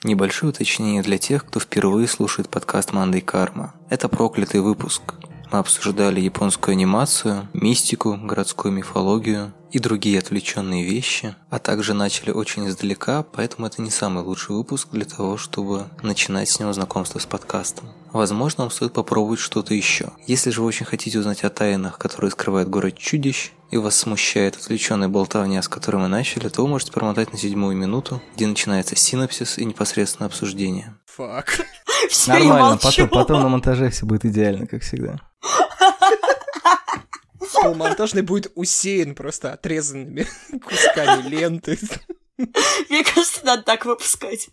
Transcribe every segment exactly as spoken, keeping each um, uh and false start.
Небольшое уточнение для тех, кто впервые слушает подкаст Monday Karma. Это проклятый выпуск. Мы обсуждали японскую анимацию, мистику, городскую мифологию и другие отвлеченные вещи, а также начали очень издалека, поэтому это не самый лучший выпуск для того, чтобы начинать с него знакомство с подкастом. Возможно, вам стоит попробовать что-то еще. Если же вы очень хотите узнать о тайнах, которые скрывает город чудищ, и вас смущает отвлеченная болтовня, с которой мы начали, то вы можете промотать на седьмую минуту, где начинается синопсис и непосредственно обсуждение. Фак. Нормально, потом, потом на монтаже все будет идеально, как всегда. Монтажный будет усеян просто отрезанными кусками ленты. Мне кажется, надо так выпускать.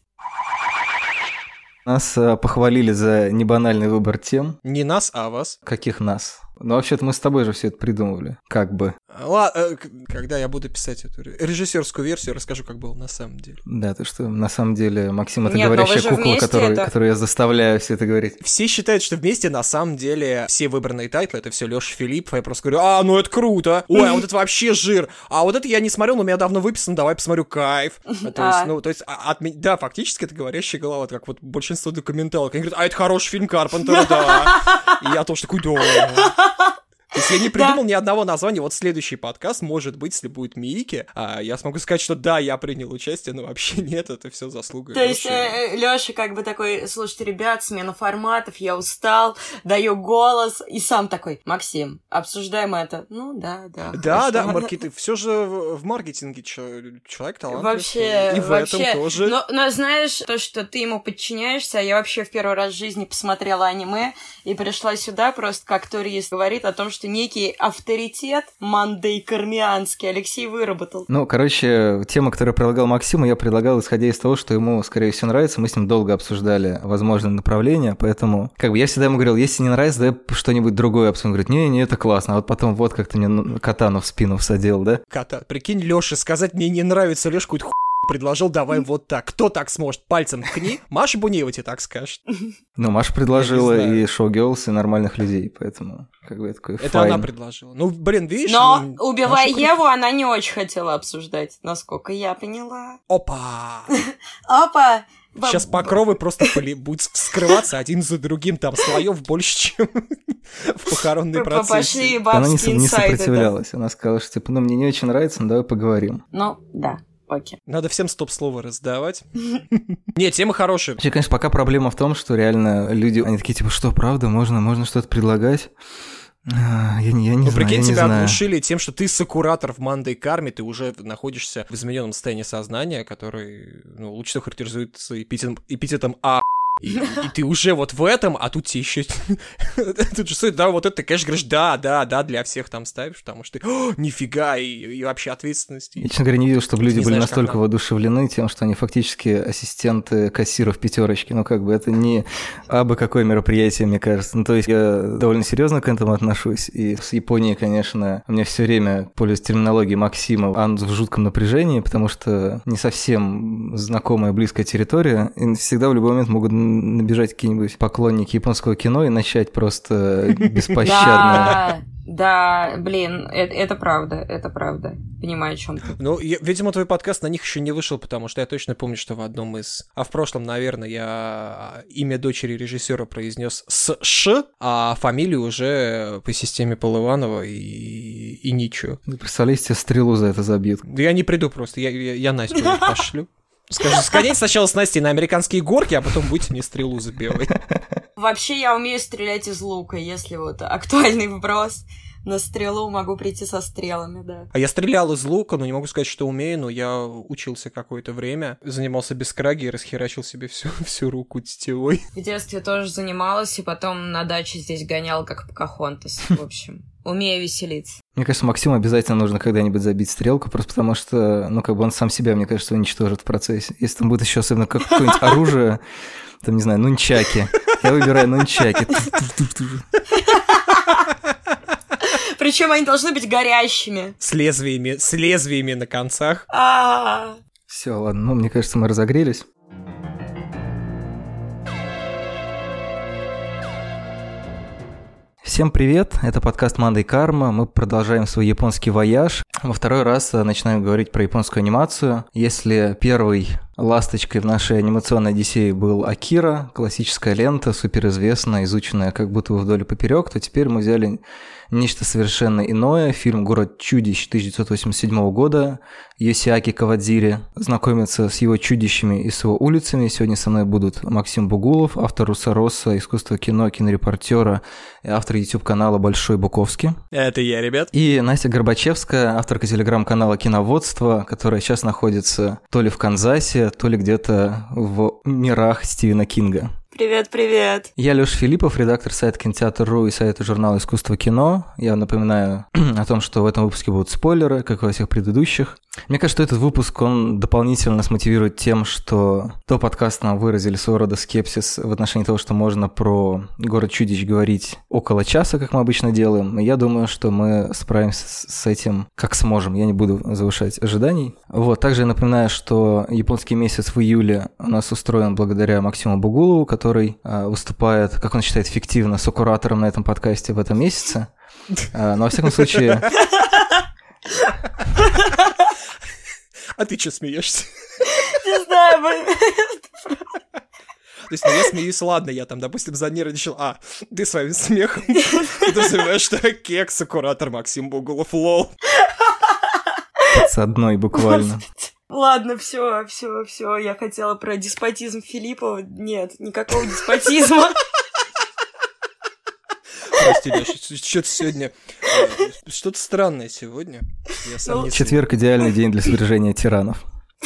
Нас а, похвалили за небанальный выбор тем. Не нас, а вас. Каких нас? Ну, вообще-то мы с тобой же все это придумывали. Как бы. Ладно, когда я буду писать эту режиссерскую версию, расскажу, как было на самом деле. Да, ты что, на самом деле, Максим, это Нет, говорящая кукла, которую, это... которую я заставляю все это говорить. Все считают, что вместе на самом деле все выбранные тайтлы, это все Лёша Филиппов, я просто говорю, а, ну это круто, ой, а вот это вообще жир, а вот это я не смотрел, но у меня давно выписано, давай посмотрю, кайф. То есть, ну, то есть, от, да, фактически это говорящая голова, как вот большинство документалок. Они говорят, а это хороший фильм Карпентера, да. И я тоже такой, да. То есть я не придумал да. ни одного названия. Вот следующий подкаст, может быть, если будет Мики, а я смогу сказать, что да, я принял участие, но вообще нет, это все заслуга То есть э, Лёша как бы такой, слушайте, ребят, смена форматов, я устал, даю голос, и сам такой, Максим, обсуждаем это. Ну да, да. Да, хорошо. Да, маркетинг, все же в маркетинге человек талантлив. Вообще, и в вообще. этом тоже. Но, но знаешь, то, что ты ему подчиняешься, я вообще в первый раз в жизни посмотрела аниме и пришла сюда просто как турист, говорит о том, что некий авторитет мандей-кармианский Алексей выработал. Ну, короче, тема, которую предлагал Максиму, я предлагал, исходя из того, что ему, скорее всего, нравится. Мы с ним долго обсуждали возможные направления, поэтому, как бы, я всегда ему говорил, если не нравится, давай что-нибудь другое обсудим. Он говорит, не-не, это классно. А вот потом вот как ты мне катану в спину всадил, да? Ката, прикинь, Лёша, сказать мне не нравится, Лёша какую-то хуйню предложил, давай вот так. Кто так сможет? Пальцем ткни. Маша Бунеева тебе так скажет. Ну, Маша предложила и шоу-герлс, и нормальных людей, поэтому как бы такой это файн. Она предложила. Ну, блин, видишь? Но, ну, убивая Еву, она не очень хотела обсуждать, насколько я поняла. Опа! Опа! Сейчас покровы просто будут вскрываться один за другим, там слоев больше, чем в похоронной процессии. Пошли бабские инсайты. Она не сопротивлялась, она сказала, что типа, ну, мне не очень нравится, но давай поговорим. Ну, да. Окей. Надо всем стоп-слово раздавать. Не, тема хорошая. Вообще, конечно, пока проблема в том, что реально люди, они такие, типа, что, правда, можно, можно что-то предлагать? Я, я не ну, знаю, прикинь, я не тебя знаю. оглушили тем, что ты сокуратор в Monday Karma, ты уже находишься в измененном состоянии сознания, который, ну, лучше всего характеризуется эпитетом, эпитетом «а». И, и ты уже вот в этом, а тут тебе еще... Тут же, да, вот это ты, конечно, говоришь, да, да, да, для всех там ставишь, потому что ты, нифига, и, и вообще ответственность. Я, честно говоря, не видел, чтобы люди были настолько воодушевлены тем, что они фактически ассистенты кассиров пятерочки. Ну, как бы это не абы какое мероприятие, мне кажется. Ну, то есть я довольно серьезно к этому отношусь. И с Японией, конечно, у меня все время, пользуясь терминологией Максима, он в жутком напряжении, потому что не совсем знакомая, близкая территория, и всегда в любой момент могут набежать какие-нибудь поклонники японского кино и начать просто беспощадно. Да, да, блин, это, это правда, это правда. Понимаю, о чем ты. Ну, я, видимо, твой подкаст на них еще не вышел, потому что я точно помню, что в одном из... А в прошлом, наверное, я имя дочери режиссера произнес с Ш, а фамилию уже по системе Поливанова и, и ничего. Вы представляете, себе стрелу за это забьют. Да я не приду просто, я, я, я Настю пошлю. Скажи, сходите сначала с Настей на американские горки, а потом будете мне стрелу забивать. Вообще, я умею стрелять из лука, если вот актуальный вброс. На стрелу могу прийти со стрелами, да. А я стрелял из лука, но не могу сказать, что умею, но я учился какое-то время, занимался без краги и расхерачил себе всю, всю руку тетивой. В детстве тоже занималась, и потом на даче здесь гонял, как Покахонтас, в общем. Умею веселиться. Мне кажется, Максиму обязательно нужно когда-нибудь забить стрелку, просто потому что, ну, как бы он сам себя, мне кажется, уничтожит в процессе. Если там будет еще особенно какое-нибудь оружие, там, не знаю, нунчаки. Я выбираю нунчаки. Причем они должны быть горящими. С лезвиями, с лезвиями на концах. Все, ладно, ну, мне кажется, мы разогрелись. Всем привет, это подкаст Monday Karma, мы продолжаем свой японский вояж. Во второй раз начинаем говорить про японскую анимацию. Если первый ласточкой в нашей анимационной одиссее был Акира, классическая лента, суперизвестная, изученная как будто бы вдоль и поперек, то теперь мы взяли нечто совершенно иное. Фильм «Город чудищ» тысяча девятьсот восемьдесят седьмого года. Йосиаки Кавадзири знакомится с его чудищами и с его улицами. Сегодня со мной будут Максим Бугулов, автор «Руссороса», искусство кино, кинорепортера и автор YouTube-канала «Большой Буковский». Это я, ребят. И Настя Горбачевская, авторка телеграм-канала «Киноводство», которая сейчас находится то ли в Канзасе, то ли где-то в мирах Стивена Кинга. Привет-привет. Я Лёша Филиппов, редактор сайта Кинотеатр точка ру и сайта журнала «Искусство кино». Я напоминаю о том, что в этом выпуске будут спойлеры, как и во всех предыдущих. Мне кажется, что этот выпуск, он дополнительно нас мотивирует тем, что до подкаста нам выразили своего рода скепсис в отношении того, что можно про «Город чудищ» говорить около часа, как мы обычно делаем. И я думаю, что мы справимся с этим как сможем. Я не буду завышать ожиданий. Вот. Также я напоминаю, что японский месяц в июле у нас устроен благодаря Максиму Бугулову, который который а, выступает, как он считает, фиктивно сокуратором на этом подкасте в этом месяце. А, но во всяком случае... А ты что смеешься? Не знаю, блин. То есть, ну, я смеюсь, ладно, я там, допустим, занервничал, а, ты своим смехом подразумеваешь, что я кекс, куратор Максим Бугулов, лол. С одной буквально. Ладно, все, все, все. Я хотела про деспотизм Филиппова. Нет, никакого деспотизма. Прости, Леша, что-то сегодня... Что-то странное сегодня. Я сам не Четверг — идеальный день для свержения тиранов.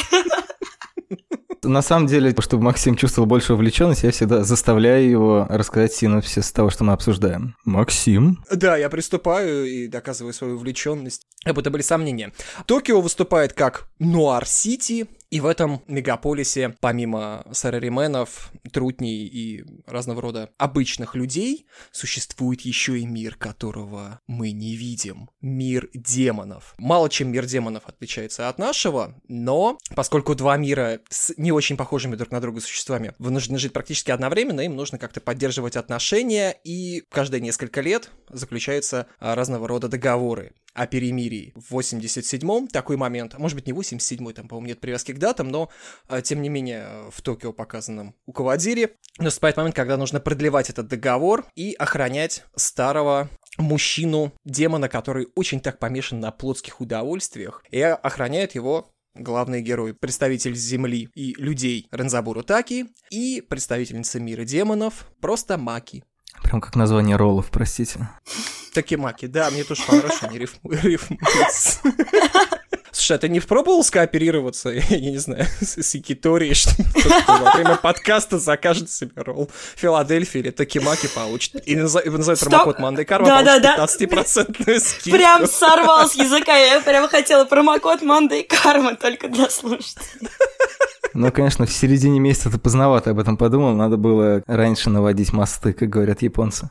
На самом деле, чтобы Максим чувствовал большую вовлеченность, я всегда заставляю его рассказать синопсис того, что мы обсуждаем. Максим? Да, я приступаю и доказываю свою увлеченность. Как будто были сомнения. Токио выступает как Нуар-Сити, и в этом мегаполисе, помимо сарарименов, трутней и разного рода обычных людей, существует еще и мир, которого мы не видим. Мир демонов. Мало чем мир демонов отличается от нашего, но поскольку два мира с не очень похожими друг на друга существами вынуждены жить практически одновременно, им нужно как-то поддерживать отношения, и каждые несколько лет заключаются разного рода договоры о перемирии. В восемьдесят седьмом такой момент, может быть, не восемьдесят седьмой, там, по-моему, нет привязки к датам, но, тем не менее, в Токио, показанном у Кавадзири, наступает момент, когда нужно продлевать этот договор и охранять старого мужчину-демона, который очень так помешан на плотских удовольствиях, и охраняет его главный герой, представитель Земли и людей Рензабуру Таки и представительница мира демонов, просто Маки. Прям как название роллов, простите. Такимаки, да, мне тоже понравилось, что они рифмуются. Слушай, а ты не пробовал скооперироваться, я не знаю, с Якиторией, что во время подкаста закажет себе ролл Филадельфии или Такимаки получит, и назовет промокод Мандай Карма, получит пятнадцатипроцентную скидку. Прям сорвал с языка, я прям хотела промокод Мандай Карма только для слушателей. Ну, конечно, в середине месяца ты поздновато об этом подумал, надо было раньше наводить мосты, как говорят японцы.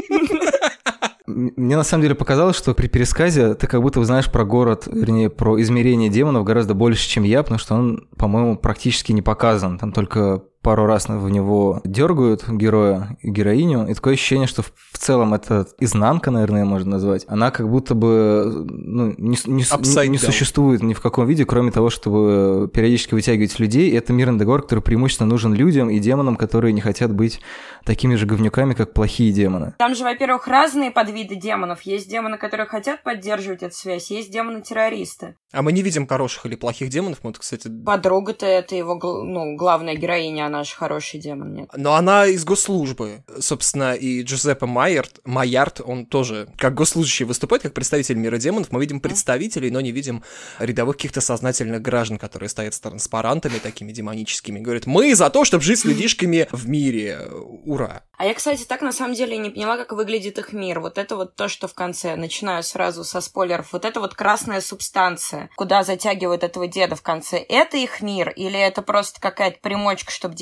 Мне на самом деле показалось, что при пересказе ты как будто знаешь про город, вернее, про измерение демонов гораздо больше, чем я, потому что он, по-моему, практически не показан. Там только пару раз в него дергают героя и героиню, и такое ощущение, что в целом это изнанка, наверное, можно назвать, она как будто бы ну, не, не, не, не существует ни в каком виде, кроме того, чтобы периодически вытягивать людей. И это мирный договор, который преимущественно нужен людям и демонам, которые не хотят быть такими же говнюками, как плохие демоны. Там же, во-первых, разные подвиды демонов. Есть демоны, которые хотят поддерживать эту связь, есть демоны-террористы. А мы не видим хороших или плохих демонов, вот, кстати... Подруга-то это его, ну, главная героиня, она же хороший демон, нет? Но она из госслужбы. Собственно, и Джузеппе Майерт, Майярд, он тоже как госслужащий выступает, как представитель мира демонов. Мы видим представителей, но не видим рядовых каких-то сознательных граждан, которые стоят с транспарантами такими демоническими. Говорят, мы за то, чтобы жить с людишками в мире. Ура! А я, кстати, так на самом деле не поняла, как выглядит их мир. Вот это вот то, что в конце. Начинаю сразу со спойлеров. Вот это вот красная субстанция, куда затягивают этого деда в конце. Это их мир? Или это просто какая-то примочка, чтобы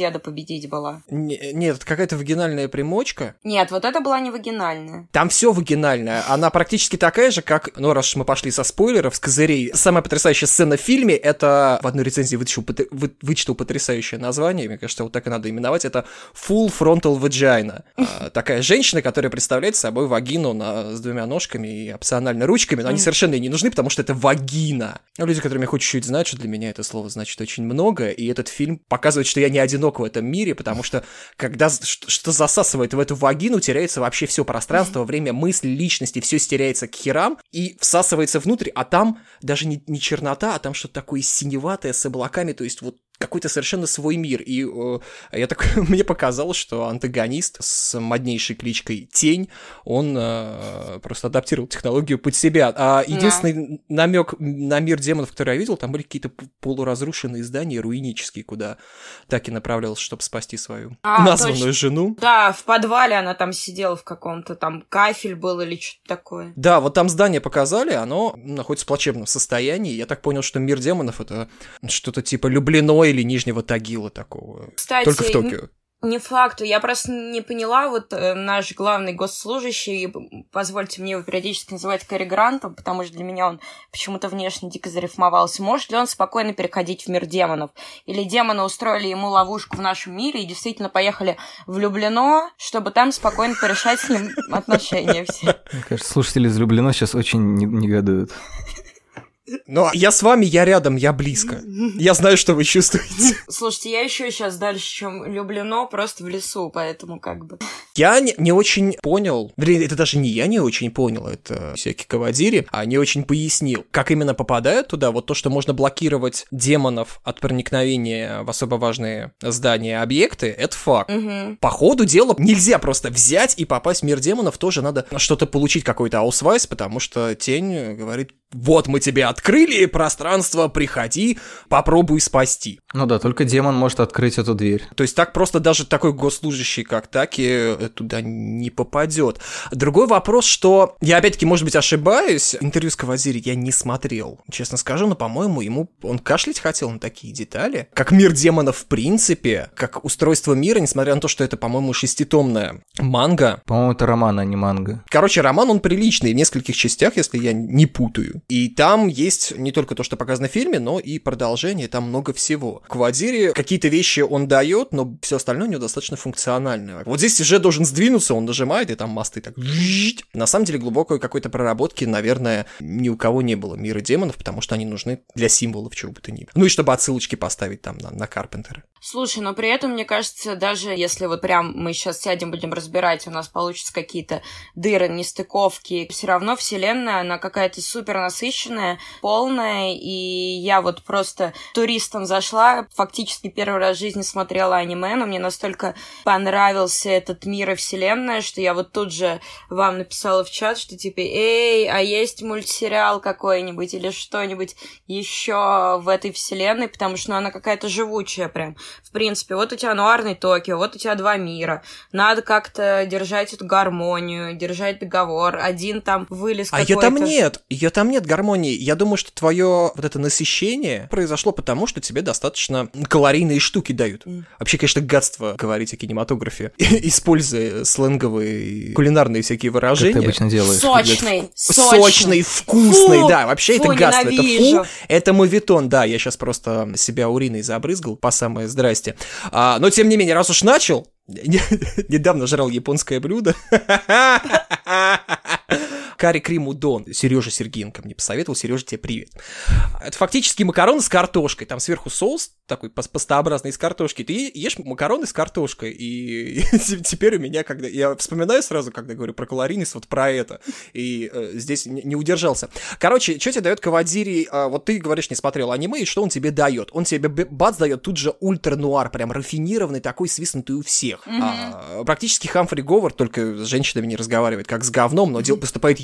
деда победить была. Не, нет, это какая-то вагинальная примочка. Нет, вот это была не вагинальная. Там все вагинальное. Она практически такая же, как, ну, раз уж мы пошли со спойлеров, с козырей. Самая потрясающая сцена в фильме, это в одной рецензии вычитал, вы, вычитал потрясающее название, мне кажется, вот так и надо именовать, это Full Frontal Vagina. А, такая женщина, которая представляет собой вагину на, с двумя ножками и опционально ручками, но они совершенно ей не нужны, потому что это вагина. Ну, люди, которые меня хоть чуть-чуть знают, что для меня это слово значит очень много, и этот фильм показывает, что я не одинок в этом мире, потому что когда что засасывает в эту вагину, теряется вообще все пространство, время, мысли, личности, все стеряется к херам и всасывается внутрь, а там даже не, не чернота, а там что-то такое синеватое с облаками, то есть вот какой-то совершенно свой мир. И э, я так, мне показалось, что антагонист с моднейшей кличкой Тень, он э, просто адаптировал технологию под себя. А единственный yeah. намек на мир демонов, который я видел, там были какие-то полуразрушенные здания, руинические, куда Таки направлялся, чтобы спасти свою а, названную точно. жену. Да, в подвале она там сидела в каком-то, там кафель был или что-то такое. Да, вот там здание показали, оно находится в плачевном состоянии. Я так понял, что мир демонов — это что-то типа Люблино или Нижнего Тагила такого. Кстати, только в Токио. Не факту, я просто не поняла, вот э, наш главный госслужащий, позвольте мне его периодически называть Кэрри Грантом, потому что для меня он почему-то внешне дико зарифмовался. Может ли он спокойно переходить в мир демонов? Или демоны устроили ему ловушку в нашем мире и действительно поехали в Люблино, чтобы там спокойно порешать с ним отношения все? Мне кажется, слушатели из Люблино сейчас очень негодуют. Но я с вами, я рядом, я близко. Я знаю, что вы чувствуете. Слушайте, я еще сейчас дальше, чем Люблино, просто в лесу, поэтому как бы... Я не, не очень понял, вернее, это даже не я не очень понял, это всякие Кавадири, а не очень пояснил, как именно попадают туда. Вот то, что можно блокировать демонов от проникновения в особо важные здания и объекты, это факт. Угу. По ходу дела нельзя просто взять и попасть в мир демонов, тоже надо что-то получить, какой-то аусвайс, потому что Тень говорит: вот мы тебе открыли пространство, приходи, попробуй спасти. Ну да, только демон может открыть эту дверь. То есть так просто даже такой госслужащий, как Таки, туда не попадет. Другой вопрос, что я опять-таки, может быть, ошибаюсь, интервью с Кавадири я не смотрел, честно скажу, но, по-моему, ему он кашлять хотел на такие детали. Как мир демонов в принципе, как устройство мира, несмотря на то, что это, по-моему, шеститомная манга. По-моему, это роман, а не манга. Короче, роман, он приличный, в нескольких частях, если я не путаю. И там есть не только то, что показано в фильме, но и продолжение, там много всего. Кавадири какие-то вещи он дает, но все остальное у него достаточно функциональное. Вот здесь сюжет должен сдвинуться, он нажимает, и там мосты так... На самом деле, глубокой какой-то проработки, наверное, ни у кого не было мира демонов, потому что они нужны для символов чего бы то ни было. Ну и чтобы отсылочки поставить там на, на Карпентера. Слушай, но при этом, мне кажется, даже если вот прям мы сейчас сядем, будем разбирать, у нас получатся какие-то дыры, нестыковки, все равно вселенная, она какая-то супер насыщенная, полная, и я вот просто туристом зашла, фактически первый раз в жизни смотрела аниме, но мне настолько понравился этот мир и вселенная, что я вот тут же вам написала в чат, что типа, эй, а есть мультсериал какой-нибудь или что-нибудь еще в этой вселенной, потому что ну, она какая-то живучая прям. В принципе, вот у тебя нуарный Токио, вот у тебя два мира. Надо как-то держать эту гармонию, держать договор. Один там вылез а какой-то... А ее там нет, ее там нет гармонии. Я думаю, что твое вот это насыщение произошло потому, что тебе достаточно калорийные штуки дают. Mm. Вообще, конечно, гадство говорить о кинематографе, используя сленговые кулинарные всякие выражения. Как ты обычно делаешь. Сочный, сочный. Сочный, вкусный, фу, да. Вообще фу, это гадство. Ненавижу. Это фу, это моветон, да. Я сейчас просто себя уриной забрызгал по самое здрасте. А, но, тем не менее, раз уж начал, недавно жрал японское блюдо. Карри Крим Удон. Сережа Сергеенко мне посоветовал. Сережа, тебе привет. Это фактически макароны с картошкой. Там сверху соус такой пастообразный из картошки. Ты ешь макароны с картошкой. И теперь у меня, когда... Я вспоминаю сразу, когда говорю про калорийность, вот про это. И э, здесь не удержался. Короче, что тебе дает Кавадири? Э, вот ты говоришь, не смотрел аниме, и что он тебе дает? Он тебе бац дает тут же ультра-нуар, прям рафинированный, такой свистнутый у всех. Mm-hmm. А, практически Хамфри Говард, только с женщинами не разговаривает, как с говном, но дел поступает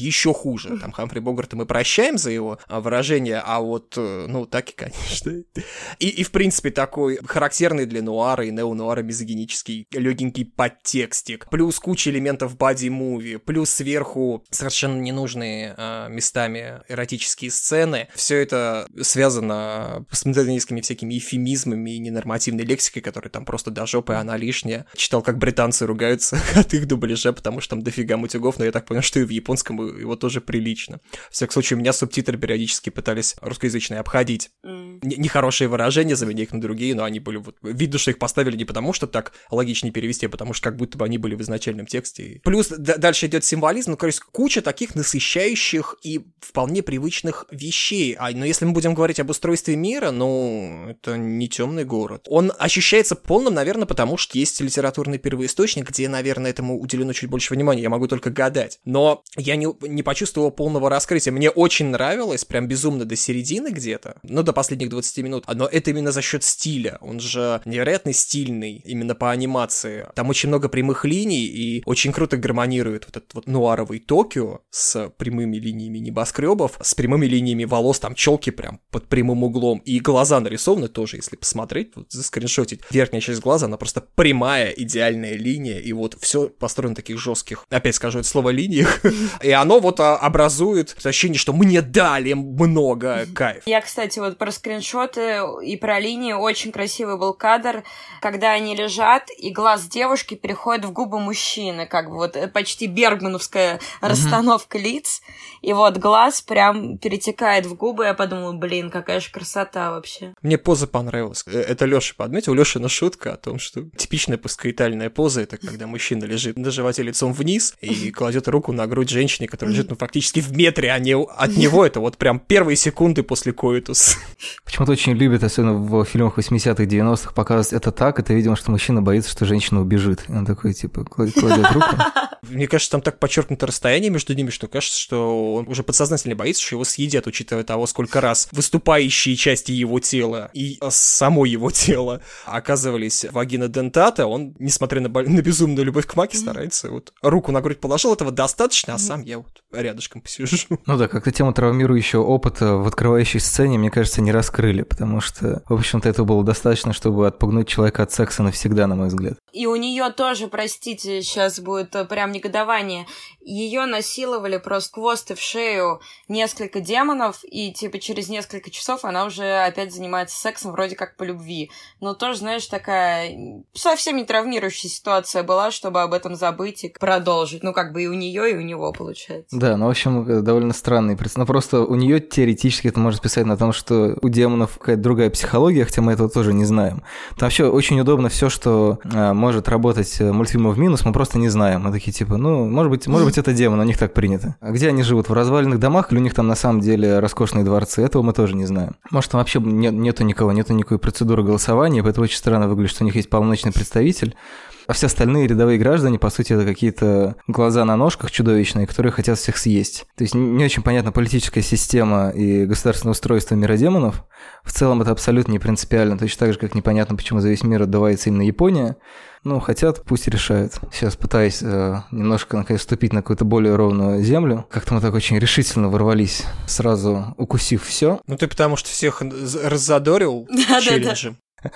еще хуже. Там Хамфри Богарта мы прощаем за его выражение, а вот, ну, так и, конечно. И, и в принципе, такой характерный для нуара и неонуара мизогинический легенький подтекстик. Плюс куча элементов боди-муви, плюс сверху совершенно ненужные э, местами эротические сцены. Все это связано с модернистскими всякими эвфемизмами и ненормативной лексикой, которая там просто до жопы, она лишняя. Читал, как британцы ругаются от их дубляжа, потому что там дофига мутюгов, но я так понял, что и в японском его тоже прилично. В всяком случае, у меня субтитры периодически пытались русскоязычные обходить. Mm. Нехорошие выражения, заменя их на другие, но они были вот... Видно, что их поставили не потому, что так логичнее перевести, а потому что как будто бы они были в изначальном тексте. Плюс д- дальше идет символизм, ну, короче, куча таких насыщающих и вполне привычных вещей. А, но если мы будем говорить об устройстве мира, ну, это не темный город. Он ощущается полным, наверное, потому что есть литературный первоисточник, где, наверное, этому уделено чуть больше внимания. Я могу только гадать. Но я не, не почувствовал полного раскрытия. Мне очень нравилось, прям безумно до середины где-то, ну, до последних двадцати минут. Но это именно за счет стиля. Он же невероятно стильный, именно по анимации. Там очень много прямых линий, и очень круто гармонирует вот этот вот нуаровый Токио с прямыми линиями небоскребов, с прямыми линиями волос, там челки прям под прямым углом, и глаза нарисованы тоже, если посмотреть, вот заскриншотить. Верхняя часть глаза, она просто прямая, идеальная линия, и вот все построено на таких жестких, опять скажу это слово, линиях, и оно вот образует ощущение, что мне дали много кайф. Я, кстати, вот про скриншоты и про линии, очень красивый был кадр, когда они лежат, и глаз девушки переходит в губы мужчины, как бы вот почти бергмановская расстановка mm-hmm. лиц, и вот глаз прям перетекает в губы, я подумала, блин, какая же красота вообще. Мне поза понравилась. Это Лёша подметил, Лёшина шутка о том, что типичная поскоитальная поза — это когда мужчина лежит на животе лицом вниз и кладет руку на грудь женщине, которая лежит, ну, фактически в метре а не от него. Это вот прям первые секунды после коитус. Почему-то очень любят, особенно в фильмах восьмидесятых, девяностых, показывать это так. Это, видимо, что мужчина боится, что женщина убежит. И он такой, типа, кладет руку. Мне кажется, там так подчеркнуто расстояние между ними, что кажется, что он уже подсознательно боится, что его съедят, учитывая того, сколько раз выступающие части его тела и само его тело оказывались вагина дентата. Он, несмотря на, на безумную любовь к Маке, старается вот руку на грудь положил, этого достаточно, а сам я вот рядышком посижу. Ну да, как-то тему травмирующего опыта в открывающей сцене, мне кажется, не раскрыли, потому что, в общем-то, этого было достаточно, чтобы отпугнуть человека от секса навсегда, на мой взгляд. И у нее тоже, простите, сейчас будет прям негодование. Ее насиловали просто хвост и в шею несколько демонов, и типа через несколько часов она уже опять занимается сексом вроде как по любви. Но тоже, знаешь, такая совсем не травмирующая ситуация была, чтобы об этом забыть и продолжить. Ну, как бы и у нее, и у него получается. Да, ну, в общем, довольно странный представитель. Ну, просто у нее теоретически это можно списать на том, что у демонов какая-то другая психология, хотя мы этого тоже не знаем. Там вообще очень удобно все, что а, может работать мультфильму в минус, мы просто не знаем. Мы такие, типа, ну, может быть, может быть, это демон, у них так принято. А где они живут? В разваленных домах или у них там на самом деле роскошные дворцы? Этого мы тоже не знаем. Может, там вообще нет, нету никого, нету никакой процедуры голосования, поэтому очень странно выглядит, что у них есть полномочный представитель. А все остальные рядовые граждане, по сути, это какие-то глаза на ножках чудовищные, которые хотят всех съесть. То есть не очень понятна политическая система и государственное устройство мира демонов. В целом это абсолютно не принципиально. Точно так же, как непонятно, почему за весь мир отдувается именно Япония. Ну, хотят, пусть решают. Сейчас пытаюсь э, немножко, наконец, вступить на какую-то более ровную землю. Как-то мы так очень решительно ворвались, сразу укусив все. Ну, ты потому что всех раззадорил челленджем.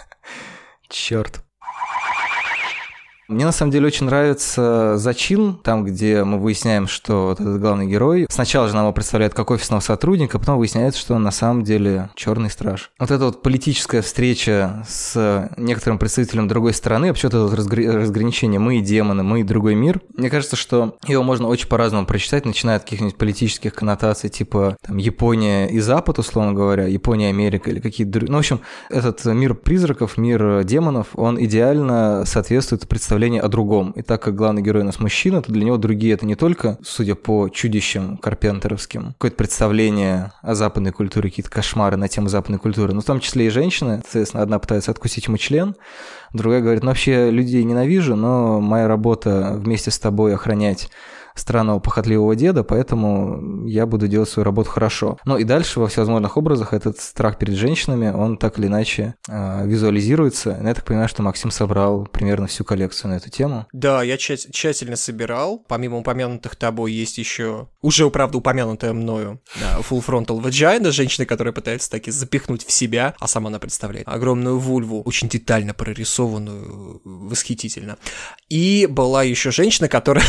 Черт. Мне на самом деле очень нравится зачин, там, где мы выясняем, что вот этот главный герой, сначала же нам его представляют как офисного сотрудника, потом выясняется, что он на самом деле черный страж. Вот эта вот политическая встреча с некоторым представителем другой стороны, вообще это вот разгр... разграничение «мы и демоны», «мы и другой мир», мне кажется, что его можно очень по-разному прочитать, начиная от каких-нибудь политических коннотаций, типа там Япония и Запад, условно говоря, Япония, Америка или какие-то другие. Ну, в общем, этот мир призраков, мир демонов, он идеально соответствует представлению о другом. И так как главный герой у нас мужчина, то для него другие это не только, судя по чудищам карпентеровским, какое-то представление о западной культуре, какие-то кошмары на тему западной культуры, но в том числе и женщины. Соответственно, одна пытается откусить ему член, другая говорит, ну вообще людей ненавижу, но моя работа вместе с тобой охранять странного похотливого деда, поэтому я буду делать свою работу хорошо. Ну и дальше во всевозможных образах этот страх перед женщинами, он так или иначе э, визуализируется. Я так понимаю, что Максим собрал примерно всю коллекцию на эту тему. Да, я тща- тщательно собирал. Помимо упомянутых тобой есть еще уже, правда, упомянутая мною да, Full Frontal Vagina, женщина, которая пытается таки запихнуть в себя, а сама она представляет огромную вульву, очень детально прорисованную, восхитительно. И была еще женщина, которая...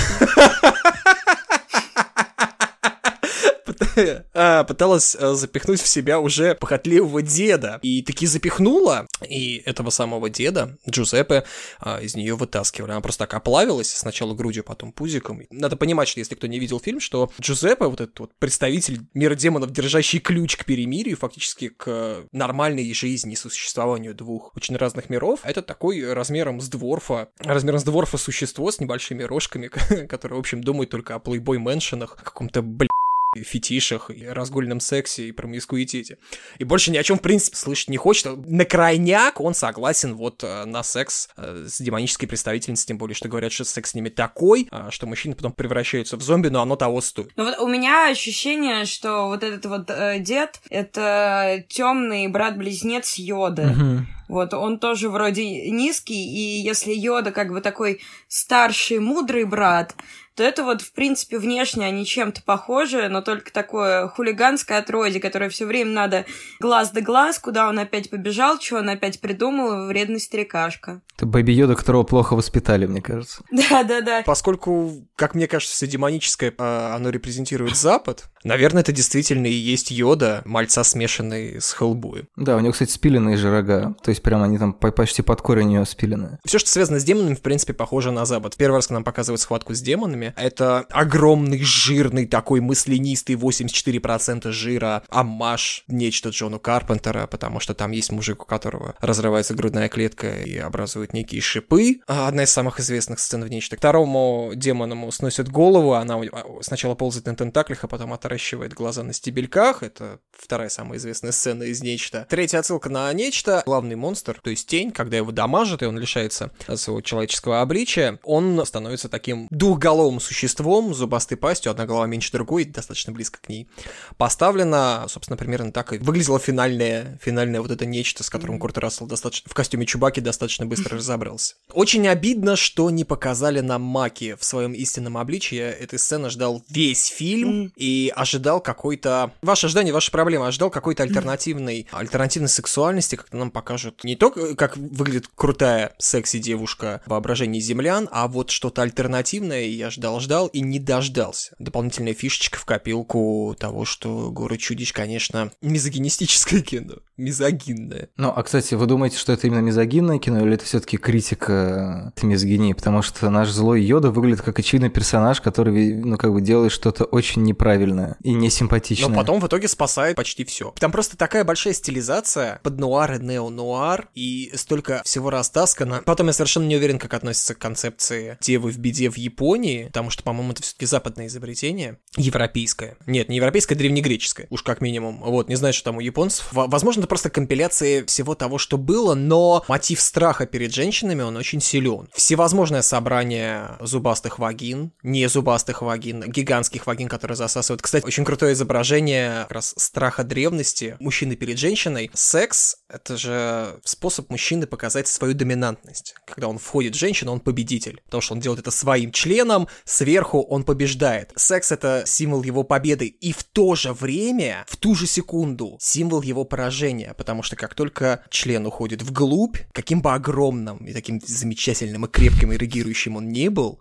пыталась запихнуть в себя уже похотливого деда. И таки запихнула, и этого самого деда, Джузеппе, из нее вытаскивали. Она просто так оплавилась, сначала грудью, потом пузиком. Надо понимать, что если кто не видел фильм, что Джузеппе, вот этот вот представитель мира демонов, держащий ключ к перемирию, фактически к нормальной жизни и существованию двух очень разных миров, это такой размером с дворфа, размером с дворфа существо с небольшими рожками, которое, в общем, думает только о плейбой-мэншенах, каком-то, блин, фетишах, и разгульном сексе, и промискуитете. И больше ни о чем, в принципе, слышать не хочет. На крайняк он согласен вот на секс с демонической представительницей, тем более, что говорят, что секс с ними такой, что мужчины потом превращаются в зомби, но оно того стоит. Ну вот у меня ощущение, что вот этот вот э, дед — это темный брат-близнец Йоды. Uh-huh. Вот, он тоже вроде низкий, и если Йода как бы такой старший, мудрый брат, то это вот, в принципе, внешне они чем-то похожи, но только такое хулиганское отродье, которое все время надо глаз да глаз, куда он опять побежал, что он опять придумал, вредный старикашка. Это Бэби Йода, которого плохо воспитали, мне кажется. Да-да-да. Поскольку, как мне кажется, все демоническое, оно репрезентирует Запад, наверное, это действительно и есть Йода, мальца, смешанный с Хеллбоем. Да, у него, кстати, спиленные же рога, то есть прям они там почти под корень у него спиленные. Все, что связано с демонами, в принципе, похоже на Запад. Первый раз, когда нам показывают схватку с демонами, это огромный, жирный, такой маслянистый, восемьдесят четыре процента жира, оммаж, нечто Джону Карпентера, потому что там есть мужик, у которого разрывается грудная клетка и образует некие шипы. Одна из самых известных сцен в нечто. Второму демону сносит голову, она сначала ползает на тентаклях, а потом отращивает глаза на стебельках. Это вторая самая известная сцена из нечто. Третья отсылка на нечто. Главный монстр, то есть тень, когда его дамажат, и он лишается своего человеческого обличия, он становится таким двухголовым существом, зубастой пастью, одна голова меньше другой, достаточно близко к ней поставлена. Собственно, примерно так и выглядело финальное, финальное вот это нечто, с которым Курт Рассел достаточно, в костюме Чубаки достаточно быстро разобрался. Очень обидно, что не показали нам Маки в своем истинном обличии. Я этой сцены ждал весь фильм и ожидал какой-то... Ваше ожидание, ваша проблема. Ожидал какой-то альтернативной, альтернативной сексуальности, как нам покажут не только, как выглядит крутая секси-девушка в воображении землян, а вот что-то альтернативное, и я ждал, ждал и не дождался. Дополнительная фишечка в копилку того, что «Город чудищ», конечно, мизогинистическое кино. Мизогинное. Ну, а, кстати, вы думаете, что это именно мизогинное кино, или это все-таки критика этой мизогинии? Потому что наш злой Йода выглядит как очевидный персонаж, который, ну, как бы делает что-то очень неправильное и несимпатичное. Но потом в итоге спасает почти все. Там просто такая большая стилизация под нуар и нео-нуар, и столько всего растаскано. Потом я совершенно не уверен, как относится к концепции девы в беде в Японии, потому что, по-моему, это все-таки западное изобретение. Европейское. Нет, не европейское, а древнегреческое. Уж как минимум. Вот, не знаю, что там у японцев. Возможно, это просто компиляция всего того, что было, но мотив страха перед женщинами, он очень силен. Всевозможное собрание зубастых вагин, не зубастых вагин, гигантских вагин, которые засасывают. Кстати, очень крутое изображение как раз страха древности мужчины перед женщиной. Секс — это же способ мужчины показать свою доминантность. Когда он входит в женщину, он победитель, потому что он делает это своим членом, сверху он побеждает. Секс — это символ его победы, и в то же время, в ту же секунду, символ его поражения, потому что как только член уходит вглубь, каким бы огромным и таким замечательным и крепким и реагирующим он не был,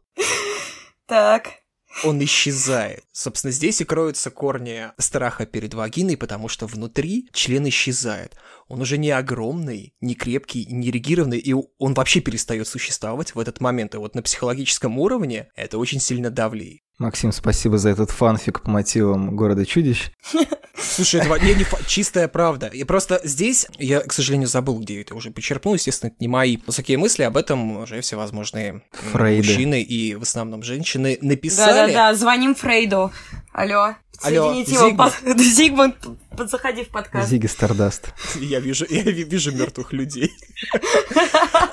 так... он исчезает. Собственно, здесь и кроются корни страха перед вагиной, потому что внутри член исчезает. Он уже не огромный, не крепкий, не эрегированный, и он вообще перестает существовать в этот момент. И вот на психологическом уровне это очень сильно давлеет. Максим, спасибо за этот фанфик по мотивам «Города чудищ». Слушай, это не, не фа- чистая правда. И просто здесь, я, к сожалению, забыл, где это уже почерпнул. Естественно, это не мои высокие мысли, об этом уже всевозможные Фрейды. Мужчины и в основном женщины написали. Да-да-да, звоним Фрейду. Алло. Соедините его. Зигмунд. Под... Зигмунд, заходи в подкаст. Зиги Стардаст. Я вижу, я вижу мертвых людей.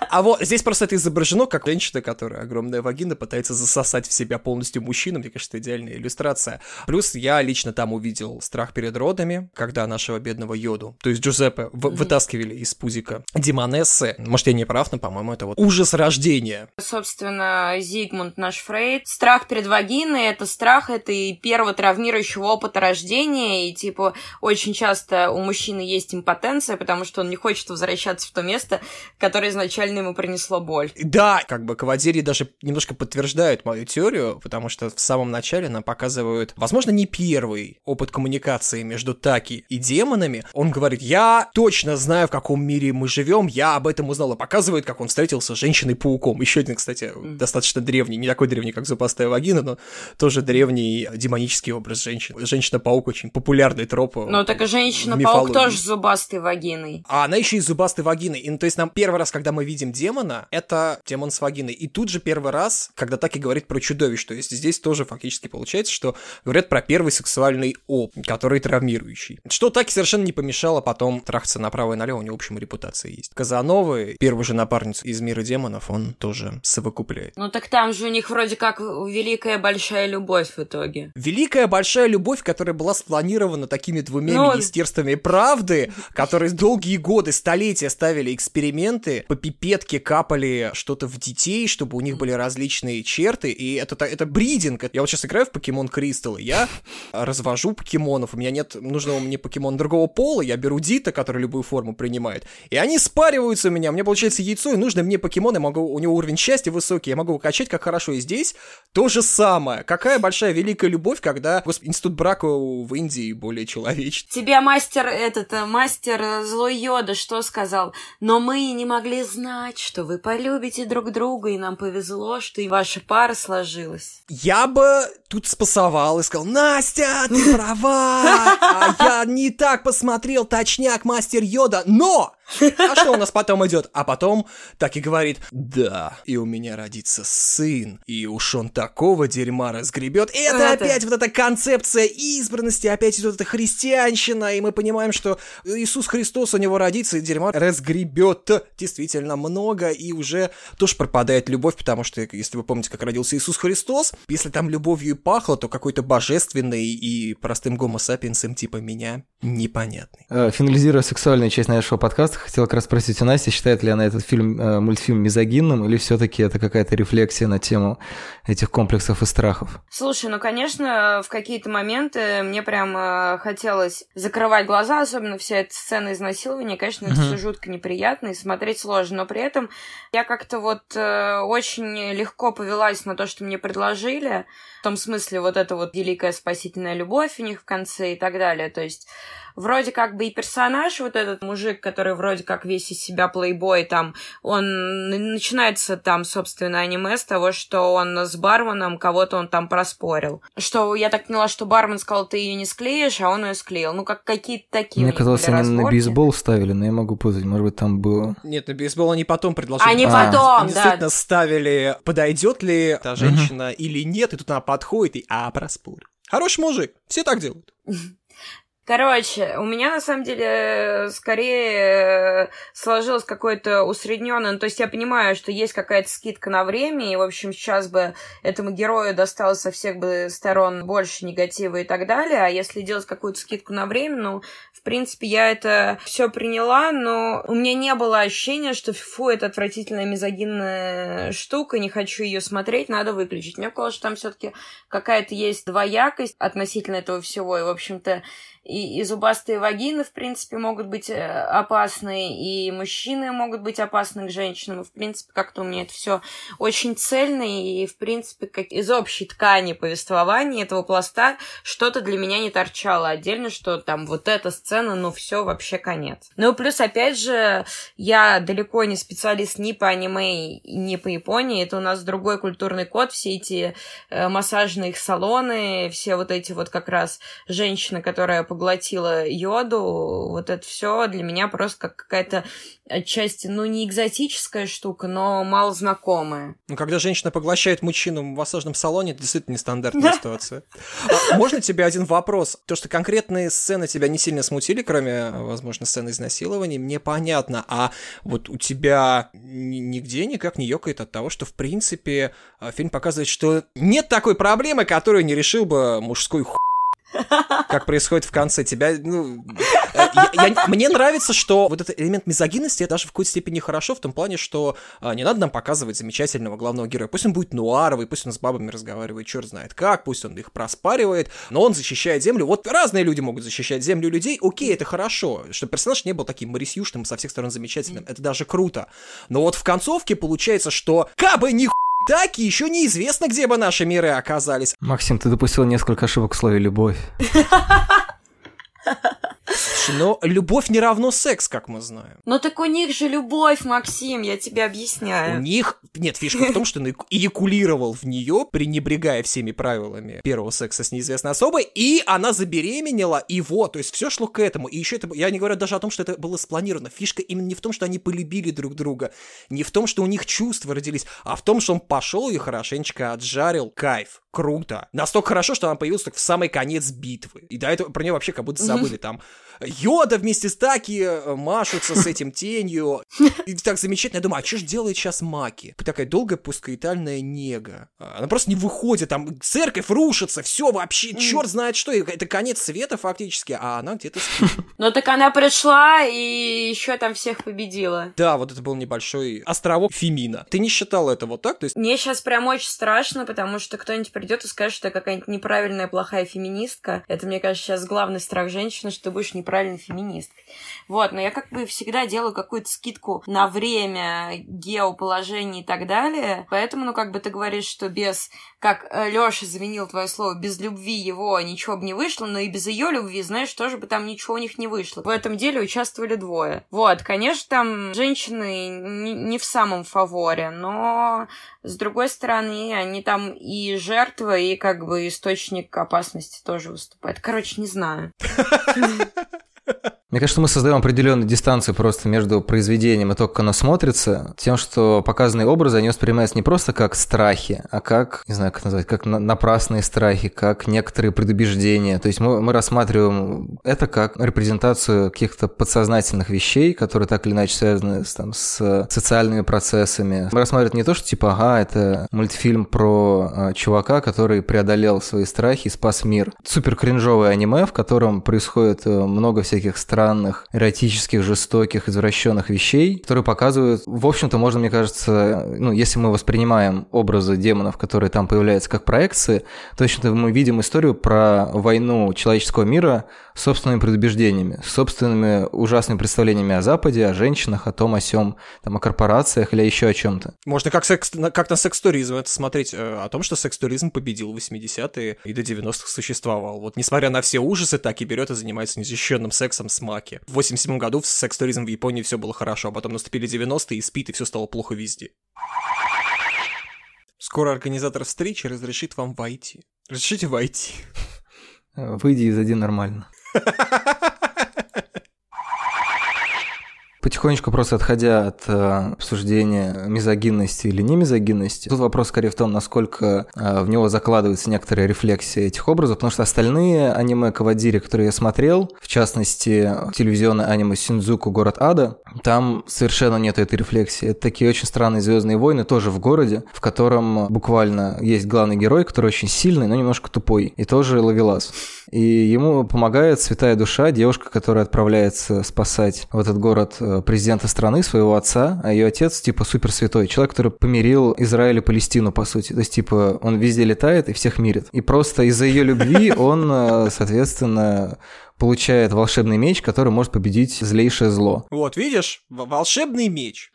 А вот здесь просто это изображено как женщина, которая огромная вагина, пытается засосать в себя полностью мужчину. Мне кажется, это идеальная иллюстрация. Плюс я лично там увидел страх перед родами, когда нашего бедного Йоду, то есть Джузеппе, в- mm-hmm. вытаскивали из пузика демонессы. Может, я не прав, но, по-моему, это вот ужас рождения. Собственно, Зигмунд наш Фрейд. Страх перед вагиной — это страх, это и первого травмирующего опыта рождения, и, типа, очень часто у мужчины есть импотенция, потому что он не хочет возвращаться в то место, которое изначально ему принесло боль. Да, как бы Кавадзири даже немножко подтверждают мою теорию, потому что в самом начале нам показывают, возможно, не первый опыт коммуникации между Таки и демонами. Он говорит: я точно знаю, в каком мире мы живем, я об этом узнал, и показывает, как он встретился с женщиной-пауком. Еще один, кстати, mm. достаточно древний, не такой древний, как зубастая вагина, но тоже древний демонический образ женщины. Женщина-паук очень популярный троп. Ну так и женщина-паук тоже с зубастой вагиной. А она еще и с зубастой вагиной. И, ну, то есть нам первый раз, когда мы видим демона, это демон с вагиной. И тут же первый раз, когда Таки говорит про чудовищ, то есть здесь тоже фактически получается, что говорят про первый сексуальный опыт, который травмирующий. Что Таки совершенно не помешало потом трахаться направо и налево, у него, в общем, репутация есть. Казановы, первую же напарницу из мира демонов, он тоже совокупляет. Ну так там же у них вроде как великая большая любовь в итоге. Великая большая любовь, которая была спланирована такими двумя ну... министерствами правды, которые долгие годы, столетия ставили эксперименты, по пипетке капали что-то в детей, чтобы у них были различные черты, и это, это бридинг. Я вот сейчас играю в Покемон Кристалл, я развожу покемонов, у меня нет нужного мне покемона другого пола, я беру Дита, который любую форму принимает, и они спариваются у меня, у меня получается яйцо, и нужно мне покемон, я могу, у него уровень счастья высокий, я могу его качать как хорошо, и здесь то же самое. Какая большая великая любовь, когда, господи, институт брака в Индии более человечный. Тебе мастер, этот, мастер Злой Йода что сказал? Но мы не могли знать, что вы полюбите друг друга, и нам повезло, что и ваша пара сложилась. Я бы тут спасовал и сказал: Настя, ты права, а я не так посмотрел, точняк, мастер Йода, но... А что у нас потом идет? А потом так и говорит: да, и у меня родится сын, и уж он такого дерьма разгребет. И это, это опять вот эта концепция избранности, опять идет эта христианщина, и мы понимаем, что Иисус Христос у него родится, и дерьма разгребет действительно много, и уже тоже пропадает любовь, потому что, если вы помните, как родился Иисус Христос, если там любовью и пахло, то какой-то божественный и простым гомо-сапиенсом типа меня непонятный. Финализируя сексуальную часть нашего подкаста, хотел как раз спросить у Насти, считает ли она этот фильм, э, мультфильм мизогинным, или все-таки это какая-то рефлексия на тему этих комплексов и страхов? Слушай, ну, конечно, в какие-то моменты мне прям э, хотелось закрывать глаза, особенно вся эта сцена изнасилования, конечно, uh-huh. это все жутко неприятно и смотреть сложно, но при этом я как-то вот э, очень легко повелась на то, что мне предложили, в том смысле вот эта вот великая спасительная любовь у них в конце и так далее, то есть вроде как бы и персонаж, вот этот мужик, который вроде как весь из себя плейбой, там, он начинается там, собственно, аниме с того, что он с барменом кого-то он там проспорил. Что, я так поняла, что бармен сказал: ты ее не склеишь, а он ее склеил. Ну, как какие-то такие. Мне казалось, они разборки. На бейсбол ставили, но я могу путать, может быть, там было... Нет, на бейсбол они потом предложили. Они а. потом, они да. действительно ставили, подойдет ли та женщина uh-huh. или нет, и тут она подходит и а, проспорил. Хороший мужик, все так делают. Короче, у меня, на самом деле, скорее сложилось какое-то усредненное... Ну, то есть я понимаю, что есть какая-то скидка на время, и, в общем, сейчас бы этому герою досталось со всех бы сторон больше негатива и так далее, а если делать какую-то скидку на время, ну, в принципе, я это все приняла, но у меня не было ощущения, что, фу, это отвратительная мизогинная штука, не хочу ее смотреть, надо выключить. Мне казалось, что там все-таки какая-то есть двоякость относительно этого всего, и, в общем-то, И, и зубастые вагины, в принципе, могут быть опасны, и мужчины могут быть опасны к женщинам. И, в принципе, как-то у меня это все очень цельно, и, в принципе, как из общей ткани повествования этого пласта что-то для меня не торчало отдельно, что там вот эта сцена, ну, все вообще конец. Ну, плюс, опять же, я далеко не специалист ни по аниме, ни по Японии. Это у нас другой культурный код, все эти э, массажные салоны, все вот эти вот как раз женщины, которые поглотила йоду, вот это все для меня просто как какая-то отчасти, ну, не экзотическая штука, но мало знакомая. Ну, когда женщина поглощает мужчину в массажном салоне, это действительно нестандартная ситуация. А можно тебе один вопрос? То, что конкретные сцены тебя не сильно смутили, кроме, возможно, сцены изнасилования, мне понятно. А вот у тебя нигде никак не ёкает от того, что, в принципе, фильм показывает, что нет такой проблемы, которую не решил бы мужской хуй. Как происходит в конце тебя, ну, я, я, мне нравится, что вот этот элемент мизогинности даже в какой-то степени хорошо, в том плане, что а, не надо нам показывать замечательного главного героя, пусть он будет нуаровый, пусть он с бабами разговаривает, черт знает как, пусть он их проспаривает, но он защищает землю, вот разные люди могут защищать землю людей, окей, это хорошо, чтобы персонаж не был таким Морисюшным, со всех сторон замечательным, это даже круто, но вот в концовке получается, что кабы ни так, и еще неизвестно, где бы наши миры оказались. Максим, ты допустил несколько ошибок в слове «любовь». Но любовь не равно секс, как мы знаем. Ну так у них же любовь, Максим, я тебе объясняю. У них... Нет, фишка в том, что он эякулировал в нее, пренебрегая всеми правилами первого секса с неизвестной особой, и она забеременела, и вот, то есть все шло к этому. И еще это... Я не говорю даже о том, что это было спланировано. Фишка именно не в том, что они полюбили друг друга, не в том, что у них чувства родились, а в том, что он пошел и хорошенечко отжарил. Кайф. Круто. Настолько хорошо, что она появилась только в самый конец битвы. И до этого про нее вообще как будто забыли. Там Йода вместе с Таки машутся с этим тенью. И так замечательно. Я думаю, а что же делает сейчас Маки? Такая долгая пускаитальная нега. Она просто не выходит. Там церковь рушится. Все вообще, черт знает что. Это конец света фактически. А она где-то спит. Ну так она пришла и еще там всех победила. Да, вот это был небольшой островок Фемина. Ты не считала это вот так? То есть... Мне сейчас прям очень страшно, потому что кто-нибудь придет и скажет, что я какая-нибудь неправильная, плохая феминистка. Это, мне кажется, сейчас главный страх женщины, что ты будешь неправильной феминисткой. Вот, но я как бы всегда делаю какую-то скидку на время, геоположение и так далее. Поэтому, ну, как бы ты говоришь, что без, как Лёша заменил твое слово, без любви его ничего бы не вышло, но и без ее любви, знаешь, тоже бы там ничего у них не вышло. В этом деле участвовали двое. Вот, конечно, там женщины не в самом фаворе, но, с другой стороны, они там и жертва, и как бы источник опасности тоже выступает. Короче, не знаю. Мне кажется, мы создаем определенную дистанцию просто между произведением и то, как оно смотрится, тем, что показанные образы, они воспринимаются не просто как страхи, а как, не знаю, как назвать, как напрасные страхи, как некоторые предубеждения. То есть мы, мы рассматриваем это как репрезентацию каких-то подсознательных вещей, которые так или иначе связаны с, там, с социальными процессами. Мы рассматриваем не то, что типа, ага, это мультфильм про а, чувака, который преодолел свои страхи и спас мир. Супер кринжовое аниме, в котором происходит много всяких страхов, странных, эротических, жестоких, извращенных вещей, которые показывают, в общем-то, можно, мне кажется, ну, если мы воспринимаем образы демонов, которые там появляются как проекции, то, в общем-то, мы видим историю про войну человеческого мира с собственными предубеждениями, с собственными ужасными представлениями о Западе, о женщинах, о том, о сём, там, о корпорациях или еще о чем-то. Можно как, секс, как на секс-туризм это смотреть, о том, что секс-туризм победил в восьмидесятые и до девяностых существовал. Вот несмотря на все ужасы, так и берет и занимается незащищенным сексом с Маки. В восемьдесят седьмом году в секс-туризм в Японии все было хорошо, а потом наступили девяностые и спит, и все стало плохо везде. Скоро организатор встречи разрешит вам войти. Разрешите войти. Выйди и зайди нормально. Потихонечку просто отходя от э, обсуждения мизогинности или не мизогинности, тут вопрос скорее в том, насколько э, в него закладывается некоторая рефлексия этих образов, потому что остальные аниме Кавадири, которые я смотрел, в частности, телевизионное аниме Синдзуку «Город ада», там совершенно нет этой рефлексии. Это такие очень странные звездные войны, тоже в городе, в котором буквально есть главный герой, который очень сильный, но немножко тупой, и тоже ловелас. И ему помогает святая душа, девушка, которая отправляется спасать в этот город президента страны, своего отца, а ее отец, типа, супер святой, человек, который помирил Израиль и Палестину, по сути. То есть, типа, он везде летает и всех мирит. И просто из-за ее любви он, соответственно, получает волшебный меч, который может победить злейшее зло. Вот, видишь? Волшебный меч.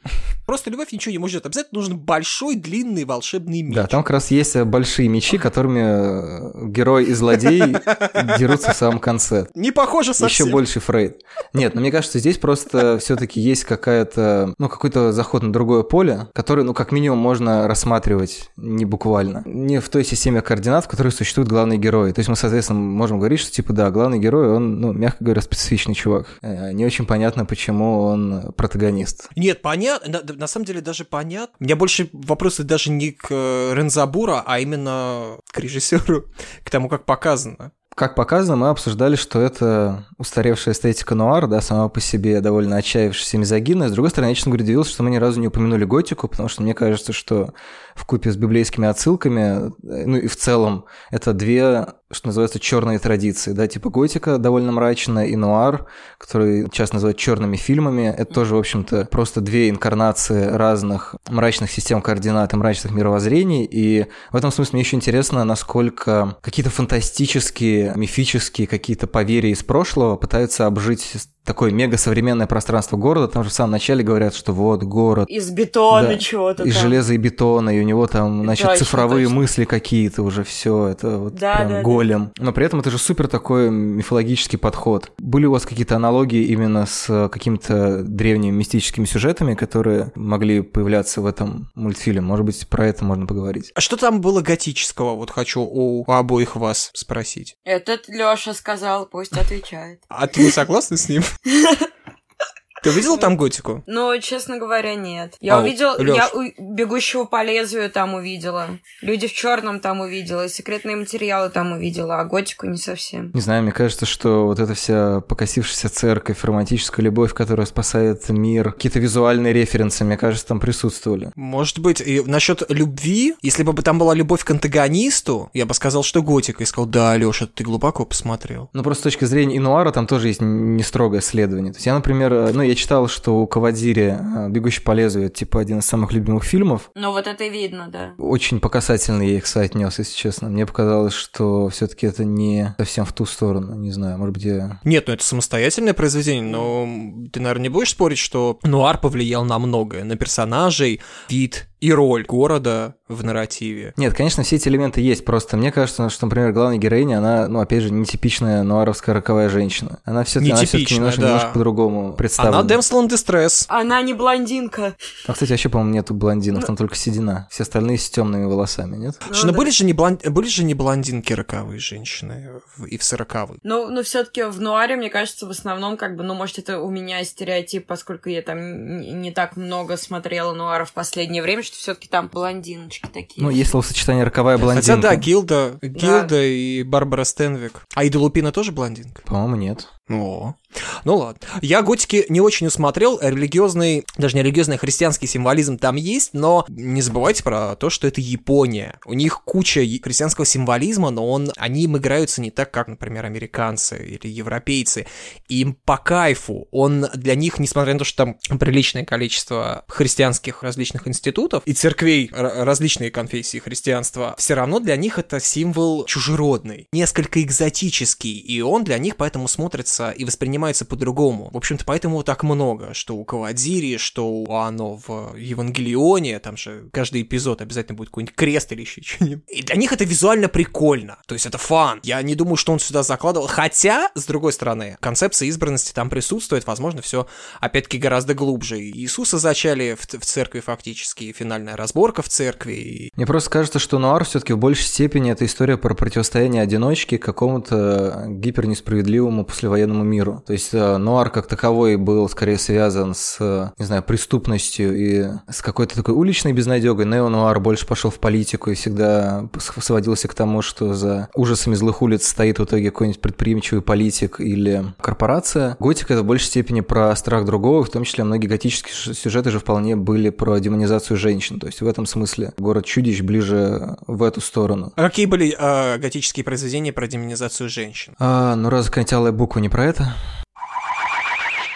Просто любовь ничего не может. Обязательно нужен большой, длинный, волшебный меч. Да, там как раз есть большие мечи, которыми герой и злодей дерутся в самом конце. Не похоже совсем. Еще больше Фрейд. Нет, но мне кажется, здесь просто все-таки есть какая-то, ну, какой-то заход на другое поле, который, ну, как минимум, можно рассматривать не буквально. Не в той системе координат, в которой существуют главные герои. То есть мы, соответственно, можем говорить, что, типа, да, главный герой, он, ну, мягко говоря, специфичный чувак. Не очень понятно, почему он протагонист. Нет, понятно. На, на самом деле даже понятно. У меня больше вопросы даже не к Рензабура, а именно к режиссеру, к тому, как показано. Как показано, мы обсуждали, что это устаревшая эстетика нуара, да, сама по себе довольно отчаявшаяся мизогинная. С другой стороны, я, честно говоря, удивился, что мы ни разу не упомянули готику, потому что мне кажется, что вкупе с библейскими отсылками, ну и в целом, это две, что называется, черные традиции, да, типа готика довольно мрачная и нуар, который часто называют черными фильмами. Это тоже, в общем-то, просто две инкарнации разных мрачных систем координат и мрачных мировоззрений. И в этом смысле мне еще интересно, насколько какие-то фантастические, мифические какие-то поверья из прошлого пытаются обжить такое мега-современное пространство города. Там же в самом начале говорят, что вот город... Из бетона да, чего-то из там. железа и бетона, и у него там, значит, точно, цифровые точно. мысли какие-то уже, все это вот да, прям да, голем. Да. Но при этом это же супер такой мифологический подход. Были у вас какие-то аналогии именно с какими-то древними мистическими сюжетами, которые могли появляться в этом мультфильме? Может быть, про это можно поговорить? А что там было готического? Вот хочу у, у обоих вас спросить. Этот Лёша сказал, пусть отвечает. А ты не согласна с ним? Ты увидел там готику? Ну, честно говоря, нет. Я а, увидел, Лёш. я у... «Бегущего по лезвию» там увидела. «Люди в черном» там увидела. И «Секретные материалы» там увидела, а готику не совсем. Не знаю, мне кажется, что вот эта вся покосившаяся церковь, романтическая любовь, которая спасает мир, какие-то визуальные референсы, мне кажется, там присутствовали. Может быть. И насчет любви, если бы там была любовь к антагонисту, я бы сказал, что готика. И сказал, да, Лёша, ты глубоко посмотрел. Ну, просто с точки зрения инуара там тоже есть не строгое следование. То есть я, например, ну, я читал, что у Кавадири «Бегущий по лезвию» это, типа, один из самых любимых фильмов. Ну, вот это видно, да. Очень по касательной я их соотнес, если честно. Мне показалось, что все-таки это не совсем в ту сторону. Не знаю, может быть, я... Нет, ну это самостоятельное произведение, но ты, наверное, не будешь спорить, что нуар повлиял на многое. На персонажей, вид и роль города в нарративе. Нет, конечно, все эти элементы есть, просто мне кажется, что, например, главная героиня, она, ну, опять же, нетипичная нуаровская роковая женщина. Она все-таки, она все-таки немножко, да. немножко по-другому представлена. Она damsel in distress. Она не блондинка. А, кстати, вообще, по-моему, нету блондинов, ну... там только седина. Все остальные с темными волосами, нет? Ну, Что, да. были, же не блон... были же не блондинки роковые женщины и в сороковых. Ну, но все-таки в нуаре, мне кажется, в основном, как бы, ну, может, это у меня стереотип, поскольку я там не, не так много смотрела нуара в последнее время, что все-таки там блондиночки такие. Ну, есть словосочетание роковая блондинка. Хотя да, Гилда, Гилда да. и Барбара Стенвик. А Ида Лупина тоже блондинка? По-моему, нет. О, ну ладно. Я готики не очень усмотрел, религиозный, даже не религиозный, а христианский символизм там есть, но не забывайте про то, что это Япония. У них куча христианского символизма, но он, они им играются не так, как, например, американцы или европейцы. Им по кайфу. Он для них, несмотря на то, что там приличное количество христианских различных институтов и церквей, различные конфессии христианства, все равно для них это символ чужеродный, несколько экзотический, и он для них поэтому смотрится и воспринимается по-другому. В общем-то, поэтому так много, что у Кавадири, что у Ано в Евангелионе, там же каждый эпизод обязательно будет какой-нибудь крест или еще что-нибудь. И для них это визуально прикольно, то есть это фан. Я не думаю, что он сюда закладывал, хотя, с другой стороны, концепция избранности там присутствует, возможно, все опять-таки гораздо глубже. Иисуса зачали в, в церкви фактически, и финальная разборка в церкви. И... Мне просто кажется, что нуар все-таки в большей степени это история про противостояние одиночки какому-то гипернесправедливому послевоенному миру. То есть нуар как таковой был скорее связан с, не знаю, преступностью и с какой-то такой уличной безнадёгой. Неонуар больше пошел в политику и всегда сводился к тому, что за ужасами злых улиц стоит в итоге какой-нибудь предприимчивый политик или корпорация. Готика — это в большей степени про страх другого, в том числе многие готические сюжеты же вполне были про демонизацию женщин. То есть в этом смысле город чудищ ближе в эту сторону. А какие были э, готические произведения про демонизацию женщин? А, ну разве какая-нибудь алая буква не про это?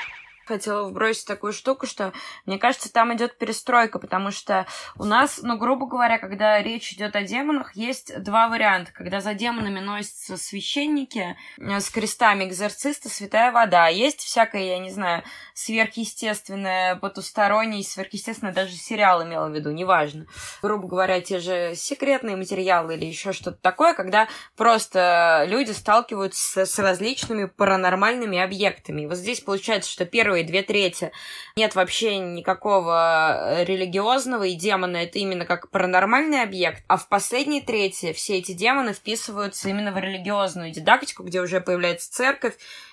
Хотела вбросить такую штуку, что, мне кажется, там идет перестройка, потому что у нас, ну, грубо говоря, когда речь идет о демонах, есть два варианта. Когда за демонами носятся священники с крестами, экзорцисты, святая вода. Есть всякое, я не знаю, сверхъестественное, потустороннее, сверхъестественное, даже сериал имела в виду, неважно. Грубо говоря, те же секретные материалы или еще что-то такое, когда просто люди сталкиваются с различными паранормальными объектами. И вот здесь получается, что первые две трети нет вообще никакого религиозного, и демоны — это именно как паранормальный объект, а в последней трети все эти демоны вписываются именно в религиозную дидактику, где уже появляется церковь,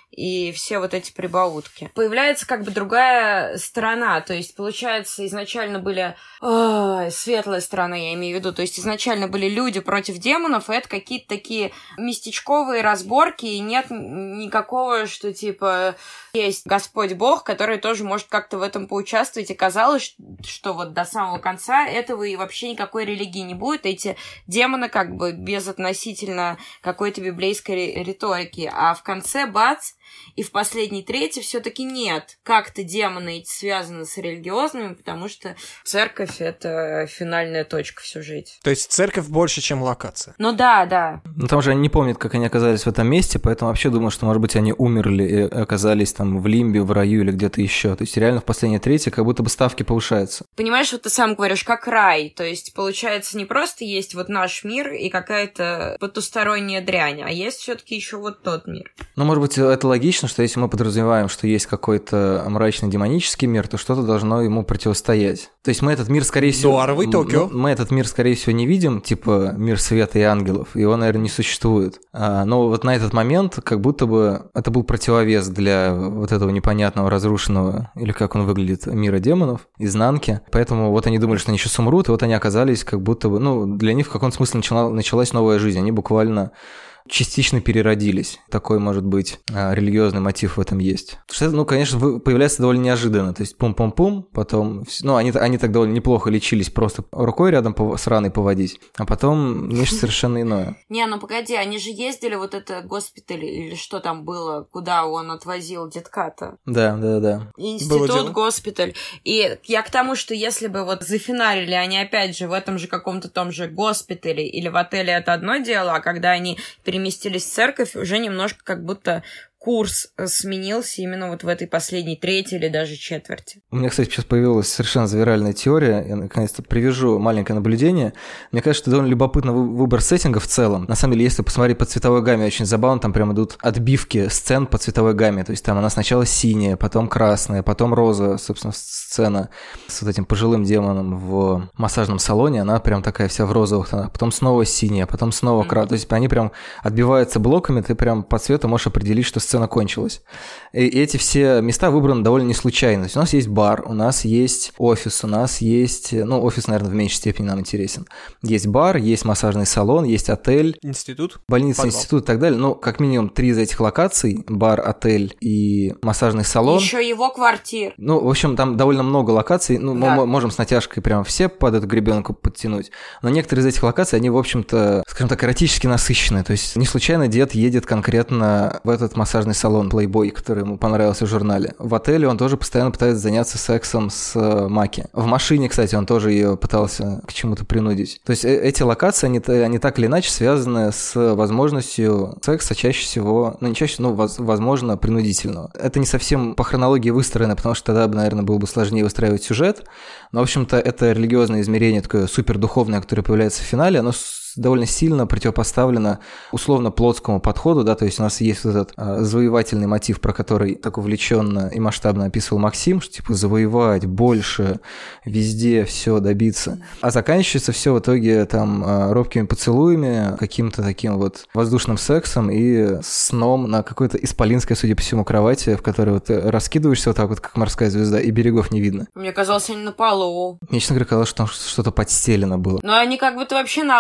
и все вот эти прибаутки. Появляется как бы другая сторона, то есть, получается, изначально были... Ой, светлая сторона, я имею в виду, то есть, изначально были люди против демонов, и это какие-то такие местечковые разборки, и нет никакого, что, типа, есть Господь Бог, который тоже может как-то в этом поучаствовать, и казалось, что вот до самого конца этого и вообще никакой религии не будет, эти демоны как бы безотносительно какой-то библейской риторики, а в конце бац, и в последней трети все-таки нет. Как-то демоны эти связаны с религиозными, потому что церковь — это финальная точка в сюжете. То есть церковь больше, чем локация? Ну да, да. Ну там же они не помнят, как они оказались в этом месте, поэтому вообще думаю, что, может быть, они умерли и оказались там в лимбе, в раю или где-то еще. То есть реально в последней трети как будто бы ставки повышаются. Понимаешь, вот ты сам говоришь, как рай. То есть, получается, не просто есть вот наш мир и какая-то потусторонняя дрянь, а есть все-таки еще вот тот мир. Ну, может быть, это логично, что если мы подразумеваем, что есть какой-то мрачный демонический мир, то что-то должно ему противостоять. То есть мы этот мир, скорее всего... Дуаровый Токио. Мы этот мир, скорее всего, не видим, типа мир света и ангелов, его, наверное, не существует. А, но вот на этот момент как будто бы это был противовес для вот этого непонятного, разрушенного, или как он выглядит, мира демонов, изнанки. Поэтому вот они думали, что они сейчас умрут, и вот они оказались как будто бы... Ну, для них в каком-то смысле начала, началась новая жизнь. Они буквально... частично переродились. Такой, может быть, религиозный мотив в этом есть. Потому что это, ну, конечно, появляется довольно неожиданно. То есть пум-пум-пум, потом... Ну, они, они так довольно неплохо лечились, просто рукой рядом с раной поводить, а потом нечто совершенно иное. Не, ну погоди, они же ездили вот это госпиталь или что там было, куда он отвозил детка-то. Да, да, да. Институт, госпиталь. И я к тому, что если бы вот зафиналили они опять же в этом же каком-то том же госпитале или в отеле, это одно дело, а когда они переместились в церковь, уже немножко как будто курс сменился именно вот в этой последней трети или даже четверти. У меня, кстати, сейчас появилась совершенно завиральная теория. Я, наконец-то, привяжу маленькое наблюдение. Мне кажется, что довольно любопытный выбор сеттинга в целом. На самом деле, если посмотреть по цветовой гамме, очень забавно, там прям идут отбивки сцен по цветовой гамме. То есть там она сначала синяя, потом красная, потом розовая, собственно, сцена с вот этим пожилым демоном в массажном салоне. Она прям такая вся в розовых тонах. Потом снова синяя, потом снова mm-hmm. красная. То есть они прям отбиваются блоками, ты прям по цвету можешь определить, что сцена кончилась. И эти все места выбраны довольно не случайно. То есть у нас есть бар, у нас есть офис, у нас есть... Ну, офис, наверное, в меньшей степени нам интересен. Есть бар, есть массажный салон, есть отель. Институт. Больница, подвал. Институт и так далее. Ну, как минимум три из этих локаций, бар, отель и массажный салон. Еще его квартир. Ну, в общем, там довольно много локаций. Ну, да. мы можем с натяжкой прям все под эту гребенку подтянуть. Но некоторые из этих локаций, они, в общем-то, скажем так, эротически насыщенные. То есть не случайно дед едет конкретно в этот массажный салон Playboy, который ему понравился в журнале. В отеле он тоже постоянно пытается заняться сексом с Маки. В машине, кстати, он тоже ее пытался к чему-то принудить. То есть эти локации, они, они так или иначе связаны с возможностью секса чаще всего, ну не чаще, ну возможно, принудительного. Это не совсем по хронологии выстроено, потому что тогда, наверное, было бы сложнее выстраивать сюжет. Но, в общем-то, это религиозное измерение, такое супердуховное, которое появляется в финале, оно довольно сильно противопоставлено условно-плотскому подходу, да, то есть у нас есть вот этот а, завоевательный мотив, про который так увлеченно и масштабно описывал Максим, что типа завоевать больше, везде все добиться, а заканчивается все в итоге там а, робкими поцелуями, каким-то таким вот воздушным сексом и сном на какой-то исполинской, судя по всему, кровати, в которой вот раскидываешься вот так вот, как морская звезда, и берегов не видно. Мне казалось, они на полу. Мне, честно говоря, казалось, что там что-то подстелено было. Но они как будто вообще на облаках.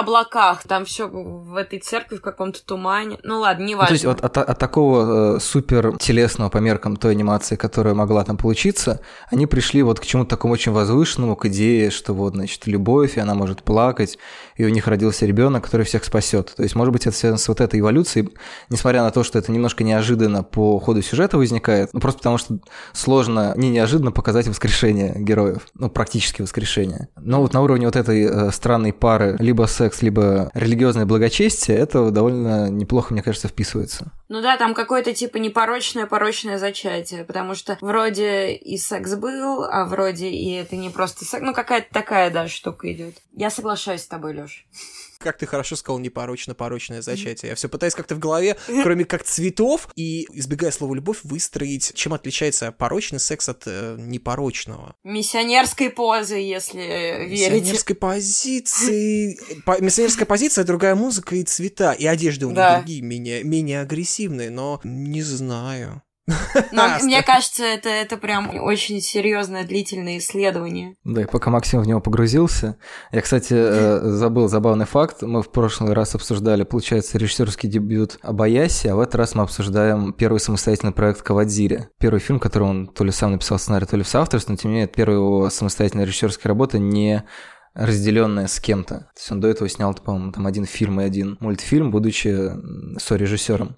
облаках, там все в этой церкви в каком-то тумане. Ну ладно, не важно. Ну, то есть вот от, от такого э, супер телесного по меркам той анимации, которая могла там получиться, они пришли вот к чему-то такому очень возвышенному, к идее, что вот, значит, любовь, и она может плакать, и у них родился ребенок, который всех спасет. То есть, может быть, это связано с вот этой эволюцией, несмотря на то, что это немножко неожиданно по ходу сюжета возникает, ну просто потому что сложно, не неожиданно показать воскрешение героев, ну практически воскрешение. Но вот на уровне вот этой э, странной пары либо секс, либо религиозное благочестие, это довольно неплохо, мне кажется, вписывается. Ну да, там какое-то типа непорочное порочное зачатие, потому что вроде и секс был, а вроде и это не просто секс, ну какая-то такая, да, штука идет. Я соглашаюсь с тобой, Лёш. Как ты хорошо сказал, непорочно-порочное зачатие. Я все пытаюсь как-то в голове, кроме как цветов, и, избегая слова «любовь», выстроить, чем отличается порочный секс от э, непорочного. Миссионерской позы, если верите. Миссионерской позиции... По- миссионерская позиция, другая музыка и цвета, и одежда у них да. другие, менее, менее агрессивные, но не знаю. Но мне кажется, это, это прям очень серьезное длительное исследование. Да, и пока Максим в него погрузился. Я, кстати, забыл забавный факт. Мы в прошлый раз обсуждали, получается, режиссерский дебют Обаяси, а в этот раз мы обсуждаем первый самостоятельный проект Кавадзири. Первый фильм, который он то ли сам написал сценарий, то ли в соавторстве, но тем не менее, это первая его самостоятельная режиссерская работа, не разделенная с кем-то. То есть он до этого снял, по-моему, там один фильм и один мультфильм, будучи сорежиссером.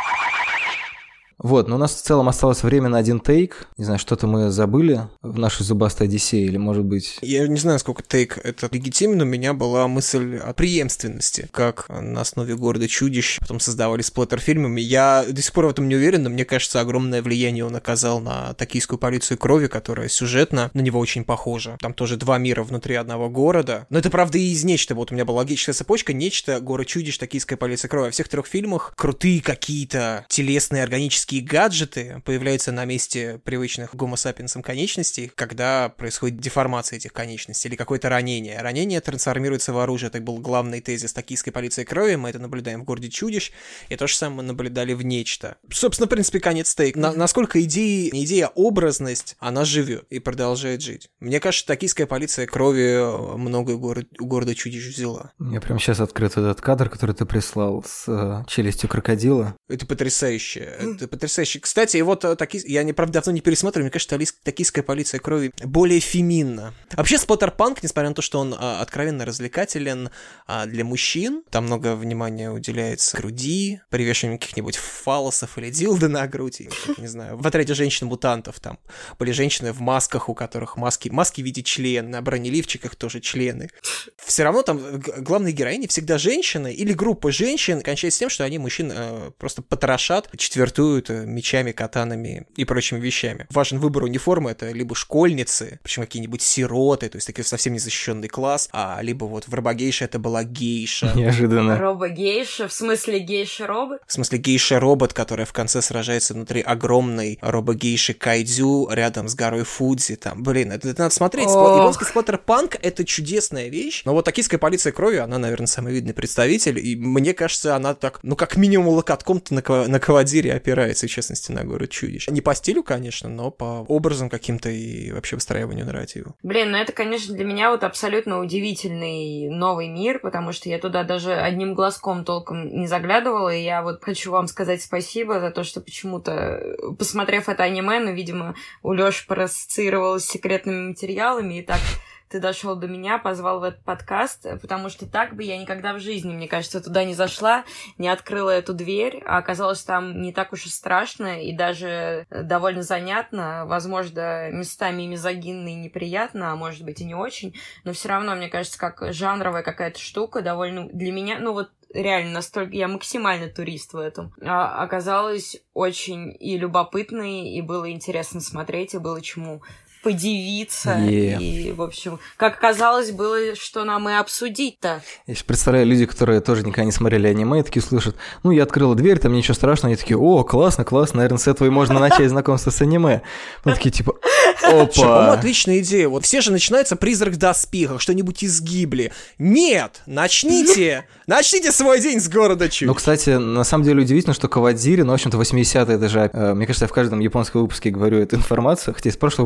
Вот, но у нас в целом осталось время на один тейк. Не знаю, что-то мы забыли в нашей зубастой Одиссее, или, может быть... Я не знаю, сколько тейк это легитимно. У меня была мысль о преемственности, как на основе «Города чудищ» потом создавали сплэттер-фильмами. Я до сих пор в этом не уверен, но мне кажется, огромное влияние он оказал на «Токийскую полицию крови», которая сюжетно на него очень похожа. Там тоже два мира внутри одного города. Но это, правда, и из «Нечто». Вот у меня была логическая цепочка: «Нечто», «Город чудищ», «Токийская полиция крови». Во всех трех фильмах крутые какие-то телесные, органические гаджеты появляются на месте привычных гомо-сапиенсам конечностей, когда происходит деформация этих конечностей или какое-то ранение. Ранение трансформируется в оружие. Это был главный тезис «Токийской полиции крови». Мы это наблюдаем в «Городе чудищ», и то же самое мы наблюдали в «Нечто». Собственно, в принципе, конец тейк. На- насколько идея, идея образность, она живет и продолжает жить. Мне кажется, «Токийская полиция крови» многое у город, у «Города чудищ» взяла. Я прямо сейчас открыт этот кадр, который ты прислал с э, челюстью крокодила. Это потрясающе. Это потрясающе. Кстати, и вот таки... я, не, правда, давно не пересматриваю, мне кажется, «Токийская полиция крови» более феминна. Вообще, сплэттер-панк, несмотря на то, что он а, откровенно развлекателен а, для мужчин, там много внимания уделяется груди, привешиванию каких-нибудь фаллосов или дилда на груди, не знаю. В отряде женщин-мутантов там были женщины в масках, у которых маски, маски в виде члена, на бронеливчиках тоже члены. Все равно там главные героини всегда женщины или группа женщин, кончается тем, что они мужчин э, просто потрошат, четвертуют мечами, катанами и прочими вещами. Важен выбор униформы, это либо школьницы, причем какие-нибудь сироты, то есть такой совсем незащищенный класс, а либо вот в Робогейше это была гейша. Неожиданно. Робогейша? В смысле гейша-робот? В смысле гейша-робот, которая в конце сражается внутри огромной робогейши кайдзю рядом с горой Фудзи. Там, блин, это, это надо смотреть. Ох. Японский сплэттер-панк — это чудесная вещь. Но вот «Токийская полиция крови», она, наверное, самый видный представитель, и мне кажется, она так, ну, как минимум локотком-то на, на Кавадзире опирается, в частности, на «Город чудищ». Не по стилю, конечно, но по образам каким-то и вообще выстраиванию нарратива. Блин, ну это, конечно, для меня вот абсолютно удивительный новый мир, потому что я туда даже одним глазком толком не заглядывала, и я вот хочу вам сказать спасибо за то, что почему-то, посмотрев это аниме, ну, видимо, у Лёши проассоциировалось с секретными материалами, и так ты дошел до меня, позвал в этот подкаст, потому что так бы я никогда в жизни, мне кажется, туда не зашла, не открыла эту дверь, а оказалось там не так уж и страшно, и даже довольно занятно, возможно, местами мизогинно и неприятно, а может быть и не очень, но все равно, мне кажется, как жанровая какая-то штука, довольно для меня, ну вот реально настолько, я максимально турист в этом, а оказалось очень и любопытной, и было интересно смотреть, и было чему подивиться, yeah. И, в общем, как оказалось, было, что нам и обсудить-то. Я сейчас представляю, люди, которые тоже никогда не смотрели аниме, такие слышат: ну, я открыла дверь, там ничего страшного, они такие: о, классно, классно, наверное, с этого и можно начать знакомство с аниме. Ну, такие, типа, опа. По-моему, отличная идея. Вот все же начинается «Призрак в доспехах», что-нибудь из Гибли. Нет, начните, начните свой день с «Города чудищ». Ну, кстати, на самом деле удивительно, что Кавадзири, ну, в общем-то, восьмидесятые, это же, мне кажется, я в каждом японском выпуске говорю эту информацию, хотя из прошлого выпуска я ее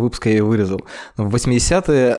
я вырезал. Но в восьмидесятые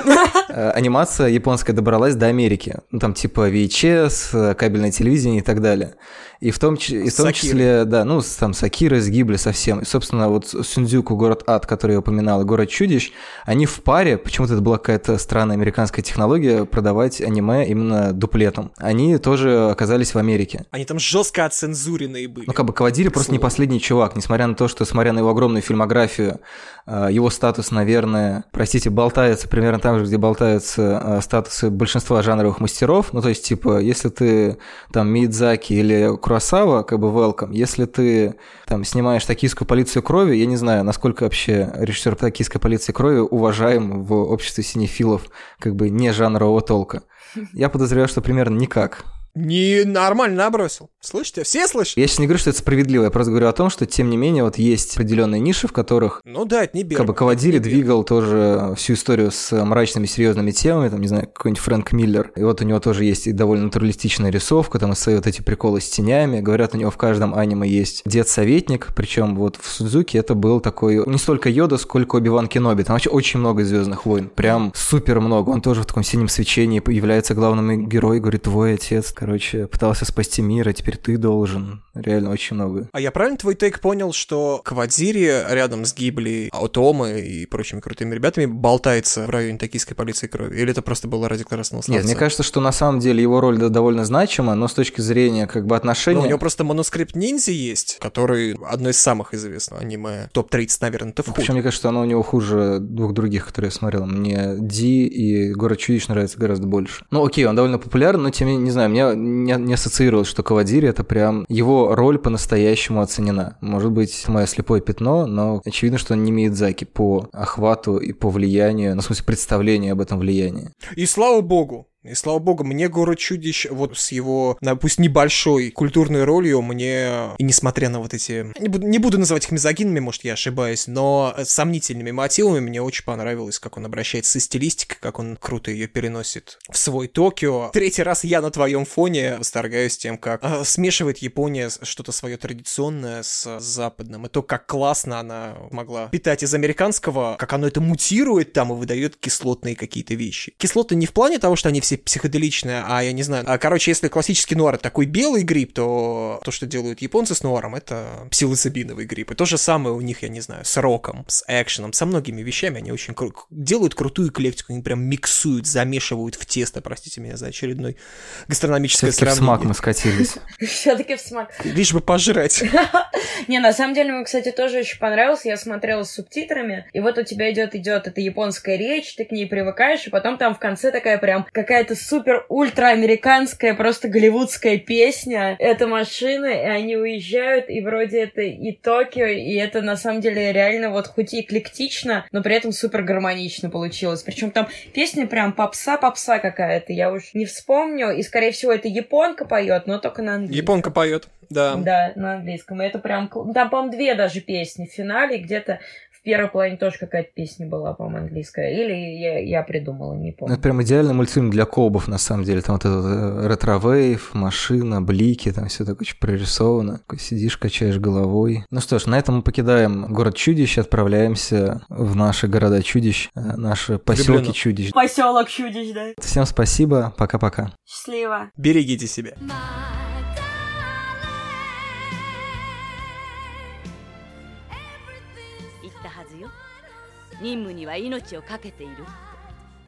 анимация японская добралась до Америки. Ну, там типа ви эйч эс, кабельное телевидение и так далее. И в том, и в том числе, да, ну, там с Акирой, с Гибли совсем. И, собственно, вот Синдзюку, город ад, который я упоминал, и город чудищ, они в паре, почему-то это была какая-то странная американская технология, продавать аниме именно дуплетом. Они тоже оказались в Америке. Они там жестко оцензуренные были. Ну, как бы Кавадири просто не последний чувак, несмотря на то, что, смотря на его огромную фильмографию, его статус, наверное, простите, болтается примерно там же, где болтаются статусы большинства жанровых мастеров. Ну, то есть, типа, если ты там Миядзаки или Куросава, как бы welcome. Если ты там снимаешь «Токийскую полицию крови», я не знаю, насколько вообще режиссер «Токийской полиции крови» уважаем в обществе синефилов как бы не жанрового толка. Я подозреваю, что примерно никак. Не, нормально набросил. Слышите? Все слышат? Я сейчас не говорю, что это справедливо, я просто говорю о том, что, тем не менее, вот есть определенные ниши, в которых... Ну да, это не Берман. Как бы Кавадири двигал тоже всю историю с мрачными, серьезными темами, там, не знаю, какой-нибудь Фрэнк Миллер. И вот у него тоже есть и довольно натуралистичная рисовка, там, и свои вот эти приколы с тенями. Говорят, у него в каждом аниме есть дед-советник, причем вот в Судзуки это был такой не столько Йода, сколько Оби-Ван Кеноби. Там вообще очень много «Звездных войн», прям супер много. Он тоже в таком синем свечении появляется главным героем, говорит, твой отец, короче, пытался спасти мир, а теперь ты должен. Реально очень много. А я правильно твой тейк понял, что Кавадири рядом с Гибли, Аотомы и прочими крутыми ребятами болтается в районе Токийской полиции крови? Или это просто было ради красного словца? Нет, мне кажется, что на самом деле его роль довольно значима, но с точки зрения как бы отношения... Но у него просто манускрипт ниндзя есть, который одно из самых известных аниме. топ тридцать, наверное, это вход. Причем мне кажется, что оно у него хуже двух других, которые я смотрел. Мне Ди и Город чудищ нравится гораздо больше. Ну окей, он довольно популярен, но тем не менее, не знаю, мне не, не ассоциировалось, что Кавадири это прям его роль по-настоящему оценена. Может быть, мое слепое пятно, но очевидно, что он не Миядзаки по охвату и по влиянию, ну, в смысле, представлению об этом влиянии. И слава богу. И слава богу, мне «Город чудищ» вот с его, пусть небольшой культурной ролью, мне, и несмотря на вот эти, не буду, не буду называть их мизогинами, может, я ошибаюсь, но сомнительными мотивами, мне очень понравилось, как он обращается со стилистикой, как он круто ее переносит в свой Токио. Третий раз я на твоем фоне восторгаюсь тем, как э, смешивает Япония что-то свое традиционное с западным, и то, как классно она могла питать из американского, как оно это мутирует там и выдает кислотные какие-то вещи. Кислоты не в плане того, что они все психоделичная, а я не знаю. А, короче, если классический нуар — это такой белый гриб, то то, что делают японцы с нуаром, это псилоцибиновый гриб. И то же самое у них, я не знаю, с роком, с экшеном, со многими вещами. Они очень кру- делают крутую эклектику, они прям миксуют, замешивают в тесто, простите меня за очередной гастрономическое сравнение. Все-таки в смак мы скатились. Все-таки в смак. Лишь бы пожрать. Не, на самом деле, мне, кстати, тоже очень понравился. Я смотрела с субтитрами, и вот у тебя идет идет эта японская речь, ты к ней привыкаешь, и потом там в конце такая прям какая это супер-ультра-американская, просто голливудская песня. Это машина, и они уезжают, и вроде это и Токио, и это на самом деле реально вот хоть и эклектично, но при этом супер гармонично получилось. Причем там песня прям попса-попса какая-то, я уж не вспомню, и скорее всего это японка поет, но только на английском. Японка поет, да. Да, на английском. И это прям... Там, по-моему, две даже песни в финале, где-то в первой половине тоже какая-то песня была, по-моему, английская. Или я, я придумала, не помню. Это прям идеальный мультфильм для кобов, на самом деле. Там вот этот ретро-вейв, машина, блики, там все так очень прорисовано. Такой сидишь, качаешь головой. Ну что ж, на этом мы покидаем город чудищ, отправляемся в наши города чудищ, наши поселки чудищ. Поселок чудищ, да. Всем спасибо, пока-пока. Счастливо. Берегите себя. 任務には命を懸けている。